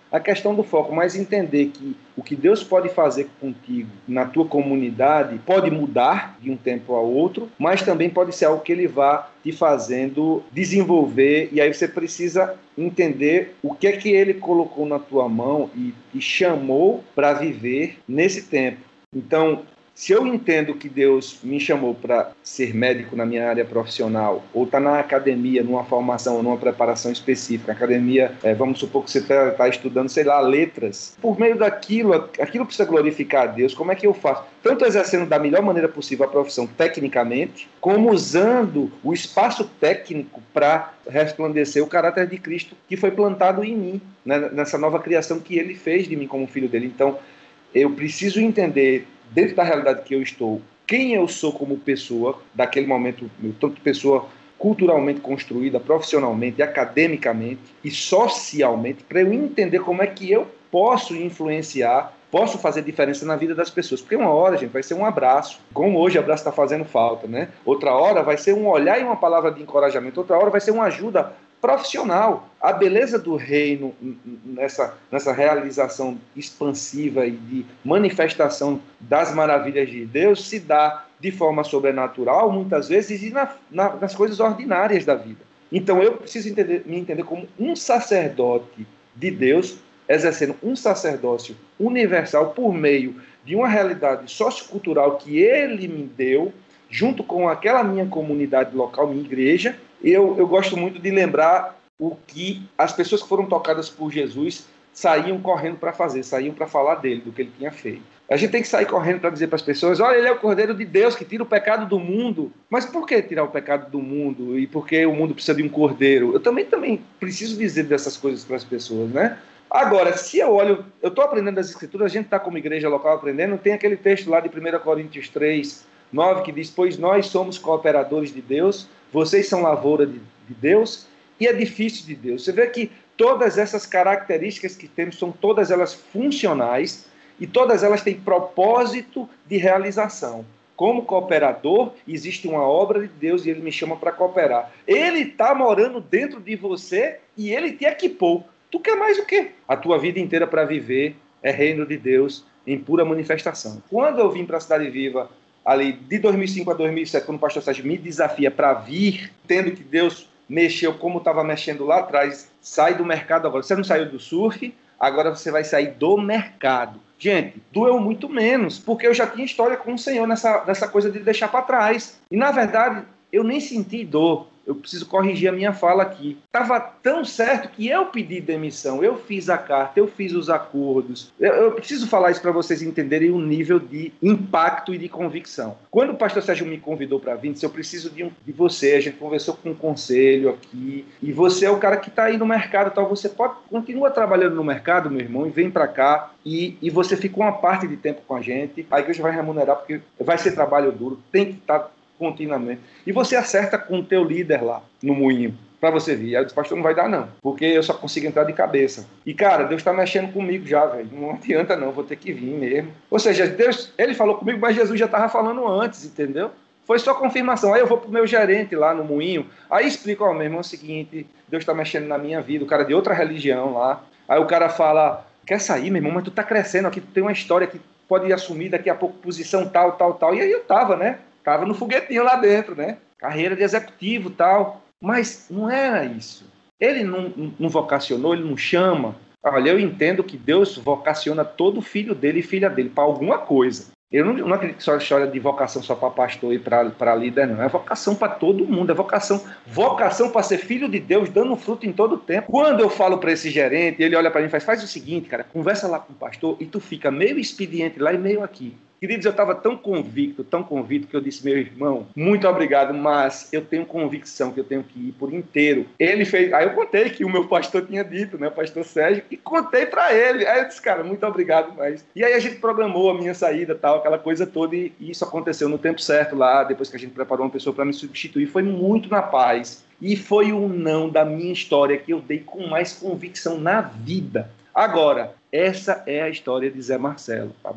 E: a questão do foco, mas entender que o que Deus pode fazer contigo na tua comunidade pode mudar de um tempo ao outro, mas também pode ser algo que Ele vá te fazendo desenvolver, e aí você precisa entender o que é que Ele colocou na tua mão e te chamou para viver nesse tempo. Então, se eu entendo que Deus me chamou para ser médico na minha área profissional, ou está na academia, numa formação, numa preparação específica, academia, é, vamos supor que você está tá estudando, sei lá, letras, por meio daquilo, aquilo precisa glorificar a Deus, como é que eu faço? Tanto exercendo da melhor maneira possível a profissão tecnicamente, como usando o espaço técnico para resplandecer o caráter de Cristo que foi plantado em mim, né, nessa nova criação que Ele fez de mim como filho dele. Então, eu preciso entender, dentro da realidade que eu estou, quem eu sou como pessoa, daquele momento, tanto pessoa culturalmente construída, profissionalmente, academicamente e socialmente, para eu entender como é que eu posso influenciar, posso fazer diferença na vida das pessoas. Porque uma hora, gente, vai ser um abraço, como hoje o abraço está fazendo falta, né? Outra hora vai ser um olhar e uma palavra de encorajamento, outra hora vai ser uma ajuda profissional. A beleza do reino nessa, nessa realização expansiva e de manifestação das maravilhas de Deus se dá de forma sobrenatural, muitas vezes, e na, na, nas coisas ordinárias da vida. Então eu preciso entender, me entender como um sacerdote de Deus, exercendo um sacerdócio universal por meio de uma realidade sociocultural que Ele me deu, junto com aquela minha comunidade local, minha igreja. Eu, eu gosto muito de lembrar o que as pessoas que foram tocadas por Jesus saíam correndo para fazer, saíam para falar dele, do que ele tinha feito. A gente tem que sair correndo para dizer para as pessoas, olha, ele é o Cordeiro de Deus que tira o pecado do mundo. Mas por que tirar o pecado do mundo? E por que o mundo precisa de um cordeiro? Eu também, também preciso dizer dessas coisas para as pessoas, né? Agora, se eu olho, eu estou aprendendo as Escrituras, a gente está como igreja local aprendendo, tem aquele texto lá de primeira Coríntios três, nove, que diz, pois nós somos cooperadores de Deus, vocês são lavoura de, de Deus e edifício de Deus. Você vê que todas essas características que temos são todas elas funcionais e todas elas têm propósito de realização. Como cooperador, existe uma obra de Deus e Ele me chama para cooperar. Ele está morando dentro de você e Ele te equipou. Tu quer mais o quê? A tua vida inteira para viver é reino de Deus em pura manifestação. Quando eu vim para a Cidade Viva, ali de dois mil e cinco a dois mil e sete, quando o pastor Sérgio me desafia para vir, tendo que Deus mexeu como estava mexendo lá atrás, sai do mercado agora. Você não saiu do surf, agora você vai sair do mercado. Gente, doeu muito menos, porque eu já tinha história com o Senhor nessa, nessa coisa de deixar para trás. E, na verdade, eu nem senti dor. Eu preciso corrigir a minha fala aqui. Estava tão certo que eu pedi demissão, eu fiz a carta, eu fiz os acordos. Eu, eu preciso falar isso para vocês entenderem o nível de impacto e de convicção. Quando o pastor Sérgio me convidou para vir, disse, eu preciso de, um, de você, a gente conversou com um conselho aqui, e você é o cara que está aí no mercado, tal. Você pode continua trabalhando no mercado, meu irmão, e vem para cá, e, e você fica uma parte de tempo com a gente, a igreja vai remunerar, porque vai ser trabalho duro, tem que estar continuamente. E você acerta com o teu líder lá no moinho, para você vir. Aí eu disse, pastor, não vai dar não, porque eu só consigo entrar de cabeça. E cara, Deus está mexendo comigo já, velho. Não adianta não, vou ter que vir mesmo. Ou seja, Deus, ele falou comigo, mas Jesus já estava falando antes, entendeu? Foi só confirmação. Aí eu vou pro meu gerente lá no moinho, aí explico, ó, meu irmão, é o seguinte, Deus está mexendo na minha vida, o cara de outra religião lá. Aí o cara fala, quer sair, meu irmão, mas tu tá crescendo aqui, tu tem uma história que pode assumir daqui a pouco posição tal, tal, tal. E aí eu tava, né? Tava no foguetinho lá dentro, né? Carreira de executivo e tal. Mas não era isso. Ele não, não vocacionou, ele não chama. Olha, eu entendo que Deus vocaciona todo filho dele e filha dele para alguma coisa. Eu não, não acredito que só história de vocação só para pastor e para líder, não. É vocação para todo mundo. É vocação vocação para ser filho de Deus, dando fruto em todo o tempo. Quando eu falo para esse gerente, ele olha para mim e faz, faz o seguinte, cara, conversa lá com o pastor e tu fica meio expediente lá e meio aqui. Queridos, eu estava tão convicto, tão convicto, que eu disse, meu irmão, muito obrigado, mas eu tenho convicção que eu tenho que ir por inteiro. Ele fez, aí eu contei que o meu pastor tinha dito, né, o pastor Sérgio, e contei para ele. Aí eu disse, cara, muito obrigado, mas... E aí a gente programou a minha saída, tal, aquela coisa toda, e isso aconteceu no tempo certo lá, depois que a gente preparou uma pessoa para me substituir, foi muito na paz. E foi um não da minha história que eu dei com mais convicção na vida. Agora, essa é a história de Zé Marcelo, tá bom?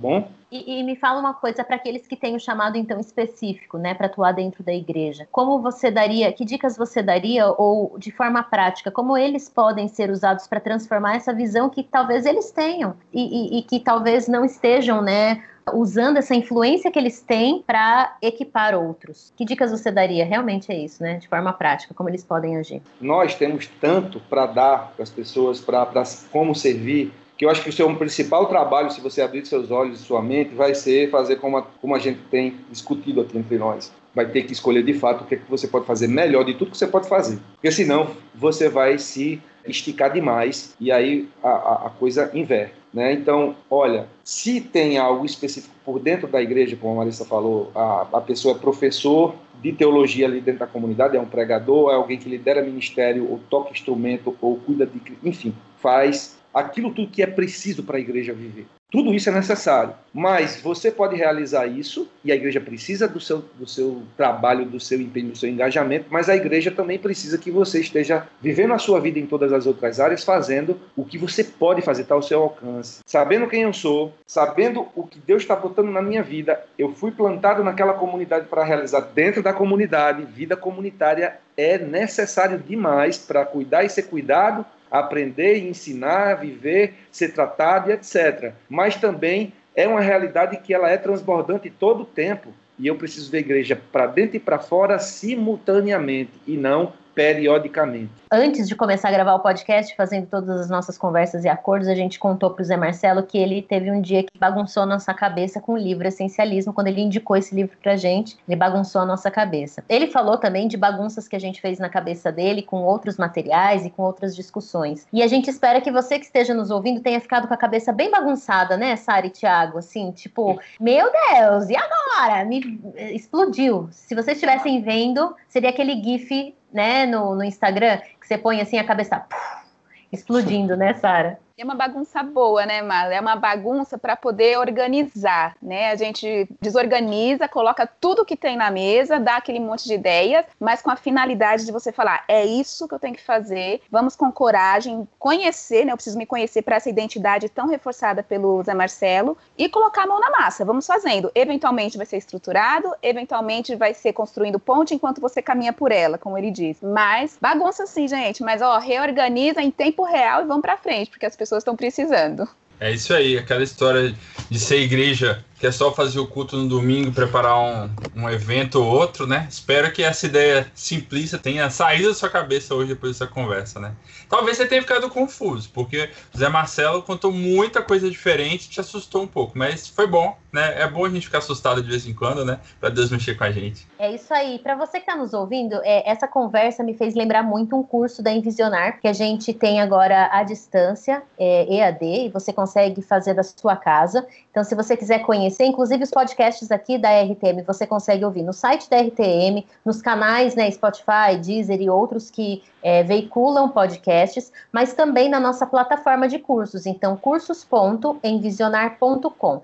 B: E, e me fala uma coisa para aqueles que têm o chamado então específico, né, para atuar dentro da igreja. Como você daria, que dicas você daria, ou de forma prática, como eles podem ser usados para transformar essa visão que talvez eles tenham e, e, e que talvez não estejam, né, usando essa influência que eles têm para equipar outros? Que dicas você daria? Realmente é isso, né? De forma prática, como eles podem agir.
E: Nós temos tanto para dar para as pessoas, para como servir, que eu acho que o seu principal trabalho, se você abrir seus olhos e sua mente, vai ser fazer como a, como a gente tem discutido aqui entre nós. Vai ter que escolher de fato o que, é que você pode fazer melhor de tudo que você pode fazer. Porque senão você vai se esticar demais e aí a, a, a coisa inverte. Né? Então, olha, se tem algo específico por dentro da igreja, como a Marissa falou, a, a pessoa é professor de teologia ali dentro da comunidade, é um pregador, é alguém que lidera ministério, ou toca instrumento, ou cuida de... Enfim, faz aquilo tudo que é preciso para a igreja viver. Tudo isso é necessário, mas você pode realizar isso, e a igreja precisa do seu, do seu trabalho, do seu empenho, do seu engajamento, mas a igreja também precisa que você esteja vivendo a sua vida em todas as outras áreas, fazendo o que você pode fazer, está ao seu alcance. Sabendo quem eu sou, sabendo o que Deus está botando na minha vida, eu fui plantado naquela comunidade para realizar dentro da comunidade. Vida comunitária é necessário demais para cuidar e ser cuidado, aprender e ensinar, viver, ser tratado e etcétera. Mas também é uma realidade que ela é transbordante todo o tempo. E eu preciso ver a igreja para dentro e para fora simultaneamente e não periodicamente.
B: Antes de começar a gravar o podcast, fazendo todas as nossas conversas e acordos, a gente contou para o Zé Marcelo que ele teve um dia que bagunçou a nossa cabeça com o livro Essencialismo. Quando ele indicou esse livro pra gente, ele bagunçou a nossa cabeça. Ele falou também de bagunças que a gente fez na cabeça dele com outros materiais e com outras discussões. E a gente espera que você que esteja nos ouvindo tenha ficado com a cabeça bem bagunçada, né, Sara e Thiago? Assim, tipo, meu Deus, e agora? Me explodiu. Se vocês estivessem vendo, seria aquele gif, né, no, no Instagram, que você põe assim a cabeça puf, explodindo, né, Sara?
D: É uma bagunça boa, né, Marla? É uma bagunça para poder organizar, né? A gente desorganiza, coloca tudo que tem na mesa, dá aquele monte de ideias, mas com a finalidade de você falar, é isso que eu tenho que fazer, vamos com coragem, conhecer, né? Eu preciso me conhecer para essa identidade tão reforçada pelo Zé Marcelo e colocar a mão na massa, vamos fazendo. Eventualmente vai ser estruturado, eventualmente vai ser construindo ponte enquanto você caminha por ela, como ele diz. Mas bagunça sim, gente, mas ó, reorganiza em tempo real e vamos para frente, porque as pessoas estão precisando.
C: É isso aí, aquela história de ser igreja que é só fazer o culto no domingo, preparar um, um evento ou outro, né? Espero que essa ideia simplista tenha saído da sua cabeça hoje depois dessa conversa, né? Talvez você tenha ficado confuso, porque o Zé Marcelo contou muita coisa diferente e te assustou um pouco, mas foi bom, né? É bom a gente ficar assustado de vez em quando, né? Pra Deus mexer com a gente.
B: É isso aí. Pra você que tá nos ouvindo, é, essa conversa me fez lembrar muito um curso da Envisionar, que a gente tem agora à distância, é, E A D, e você consegue fazer da sua casa. Então, se você quiser conhecer, inclusive os podcasts aqui da R T M, você consegue ouvir no site da R T M, nos canais, né, Spotify, Deezer e outros que é, veiculam podcasts, mas também na nossa plataforma de cursos, então cursos ponto envisionar ponto com.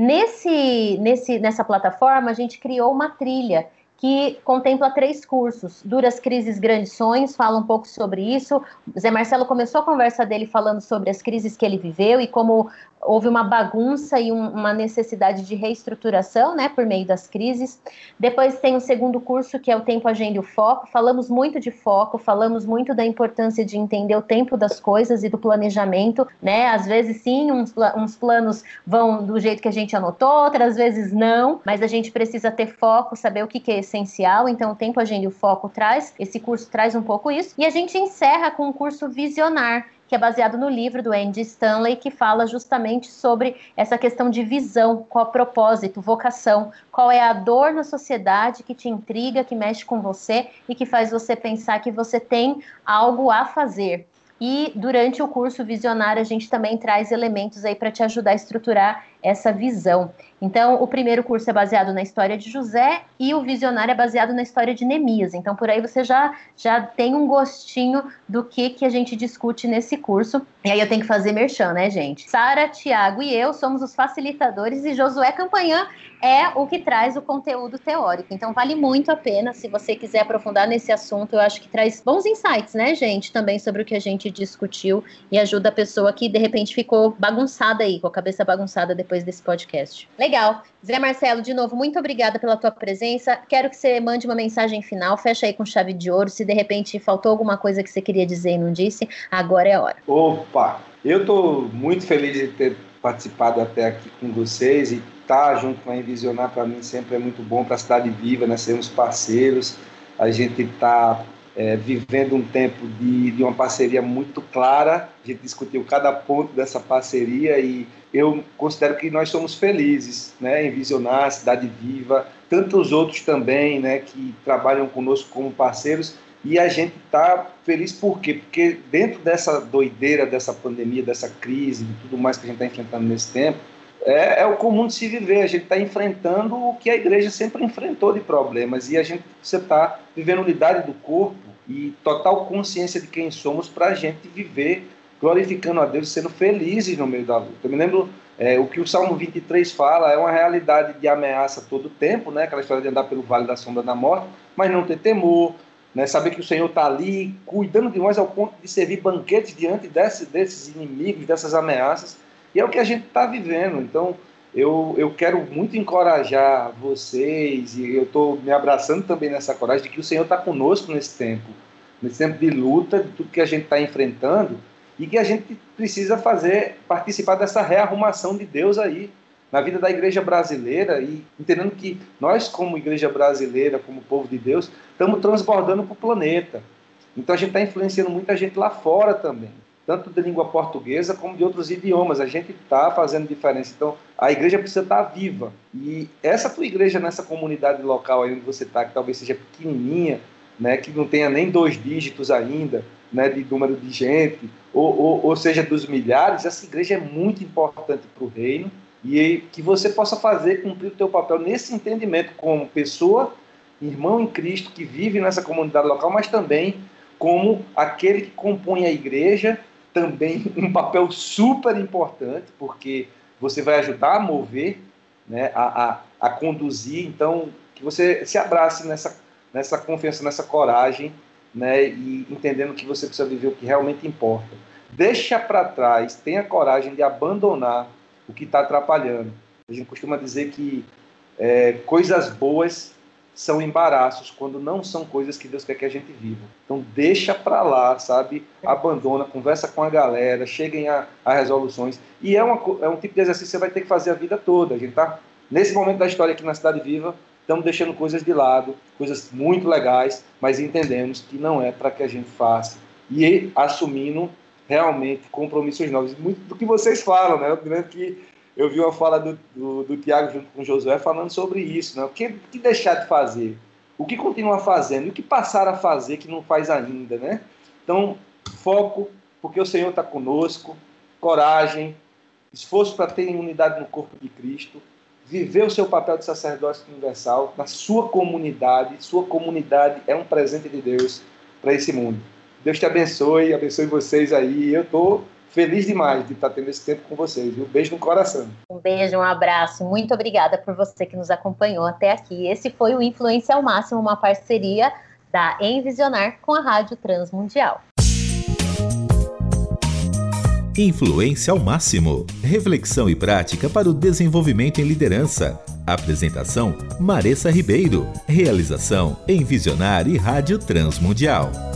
B: Nesse, nesse, nessa plataforma, a gente criou uma trilha que contempla três cursos. Duras Crises, Grandes Sonhos, fala um pouco sobre isso. O Zé Marcelo começou a conversa dele falando sobre as crises que ele viveu e como houve uma bagunça e um, uma necessidade de reestruturação, né, por meio das crises. Depois tem o segundo curso, que é o Tempo, Agenda e o Foco. Falamos muito de foco, falamos muito da importância de entender o tempo das coisas e do planejamento, né? Às vezes sim, uns, uns planos vão do jeito que a gente anotou, outras vezes não, mas a gente precisa ter foco, saber o que, que é essencial. Então o Tempo, Agenda e o Foco traz, esse curso traz um pouco isso. E a gente encerra com o curso Visionar, que é baseado no livro do Andy Stanley, que fala justamente sobre essa questão de visão, qual propósito, vocação, qual é a dor na sociedade que te intriga, que mexe com você e que faz você pensar que você tem algo a fazer. E durante o curso Visionário, a gente também traz elementos aí para te ajudar a estruturar essa visão. Então, o primeiro curso é baseado na história de José e o Visionário é baseado na história de Neemias. Então, por aí você já, já tem um gostinho do que, que a gente discute nesse curso. E aí eu tenho que fazer merchan, né, gente? Sara, Thiago e eu somos os facilitadores e Josué Campanhã é o que traz o conteúdo teórico. Então, vale muito a pena. Se você quiser aprofundar nesse assunto, eu acho que traz bons insights, né, gente? Também sobre o que a gente discutiu e ajuda a pessoa que, de repente, ficou bagunçada aí, com a cabeça bagunçada depois desse podcast. Legal. Zé Marcelo, de novo, muito obrigada pela tua presença. Quero que você mande uma mensagem final, fecha aí com chave de ouro. Se de repente faltou alguma coisa que você queria dizer e não disse, agora é a hora.
E: Opa! Eu estou muito feliz de ter participado até aqui com vocês e estar junto com a Envisionar, para mim, sempre é muito bom para a Cidade Viva, né? Sermos parceiros. A gente está é, vivendo um tempo de, de uma parceria muito clara. A gente discutiu cada ponto dessa parceria e eu considero que nós somos felizes, né? Envisionar, Cidade Viva, tantos outros também, né, que trabalham conosco como parceiros. E a gente está feliz por quê? Porque dentro dessa doideira, dessa pandemia, dessa crise, de tudo mais que a gente está enfrentando nesse tempo, é, é o comum de se viver. A gente está enfrentando o que a igreja sempre enfrentou de problemas. E a gente precisa estar vivendo unidade do corpo e total consciência de quem somos para a gente viver glorificando a Deus e sendo felizes no meio da luta. Eu me lembro é, o que o Salmo vinte e três fala, é uma realidade de ameaça todo o tempo, né? Aquela história de andar pelo vale da sombra da morte, mas não ter temor, né, saber que o Senhor está ali cuidando de nós ao ponto de servir banquetes diante desse, desses inimigos, dessas ameaças, e é o que a gente está vivendo. Então eu, eu quero muito encorajar vocês, e eu estou me abraçando também nessa coragem de que o Senhor está conosco nesse tempo, nesse tempo de luta, de tudo que a gente está enfrentando, e que a gente precisa fazer, participar dessa rearrumação de Deus aí, na vida da igreja brasileira, e entendendo que nós, como igreja brasileira, como povo de Deus, estamos transbordando para o planeta. Então a gente está influenciando muita gente lá fora também, tanto de língua portuguesa como de outros idiomas. A gente está fazendo diferença. Então a igreja precisa estar viva. E essa tua igreja nessa comunidade local aí onde você está, que talvez seja pequenininha, né, que não tenha nem dois dígitos ainda, né, de número de gente, ou, ou, ou seja, dos milhares, essa igreja é muito importante para o reino. E que você possa fazer, cumprir o teu papel nesse entendimento como pessoa, irmão em Cristo, que vive nessa comunidade local, mas também como aquele que compõe a igreja, também um papel super importante, porque você vai ajudar a mover, né, a, a, a conduzir. Então, que você se abrace nessa, nessa confiança, nessa coragem, né, e entendendo que você precisa viver o que realmente importa. Deixa para trás, tenha coragem de abandonar o que está atrapalhando. A gente costuma dizer que é, coisas boas são embaraços quando não são coisas que Deus quer que a gente viva. Então deixa para lá, sabe? Abandona, conversa com a galera, cheguem a, a resoluções. E é, uma, é um tipo de exercício que você vai ter que fazer a vida toda. A gente tá nesse momento da história aqui na Cidade Viva, estamos deixando coisas de lado, coisas muito legais, mas entendemos que não é para que a gente faça. E assumindo realmente compromissos novos. Muito do que vocês falam, né? Eu lembro que eu vi uma fala do, do, do Tiago junto com o Josué falando sobre isso, né? O que, o que deixar de fazer? O que continuar fazendo? E o que passar a fazer que não faz ainda, né? Então, foco, porque o Senhor está conosco, coragem, esforço para ter unidade no corpo de Cristo, viver o seu papel de sacerdócio universal na sua comunidade. Sua comunidade é um presente de Deus para esse mundo. Deus te abençoe, abençoe vocês aí. Eu estou feliz demais de estar tendo esse tempo com vocês. Viu? Beijo no coração.
B: Um beijo, um abraço. Muito obrigada por você que nos acompanhou até aqui. Esse foi o Influência ao Máximo, uma parceria da Envisionar com a Rádio Transmundial.
A: Influência ao Máximo. Reflexão e prática para o desenvolvimento em liderança. Apresentação: Maressa Ribeiro. Realização: Envisionar e Rádio Transmundial.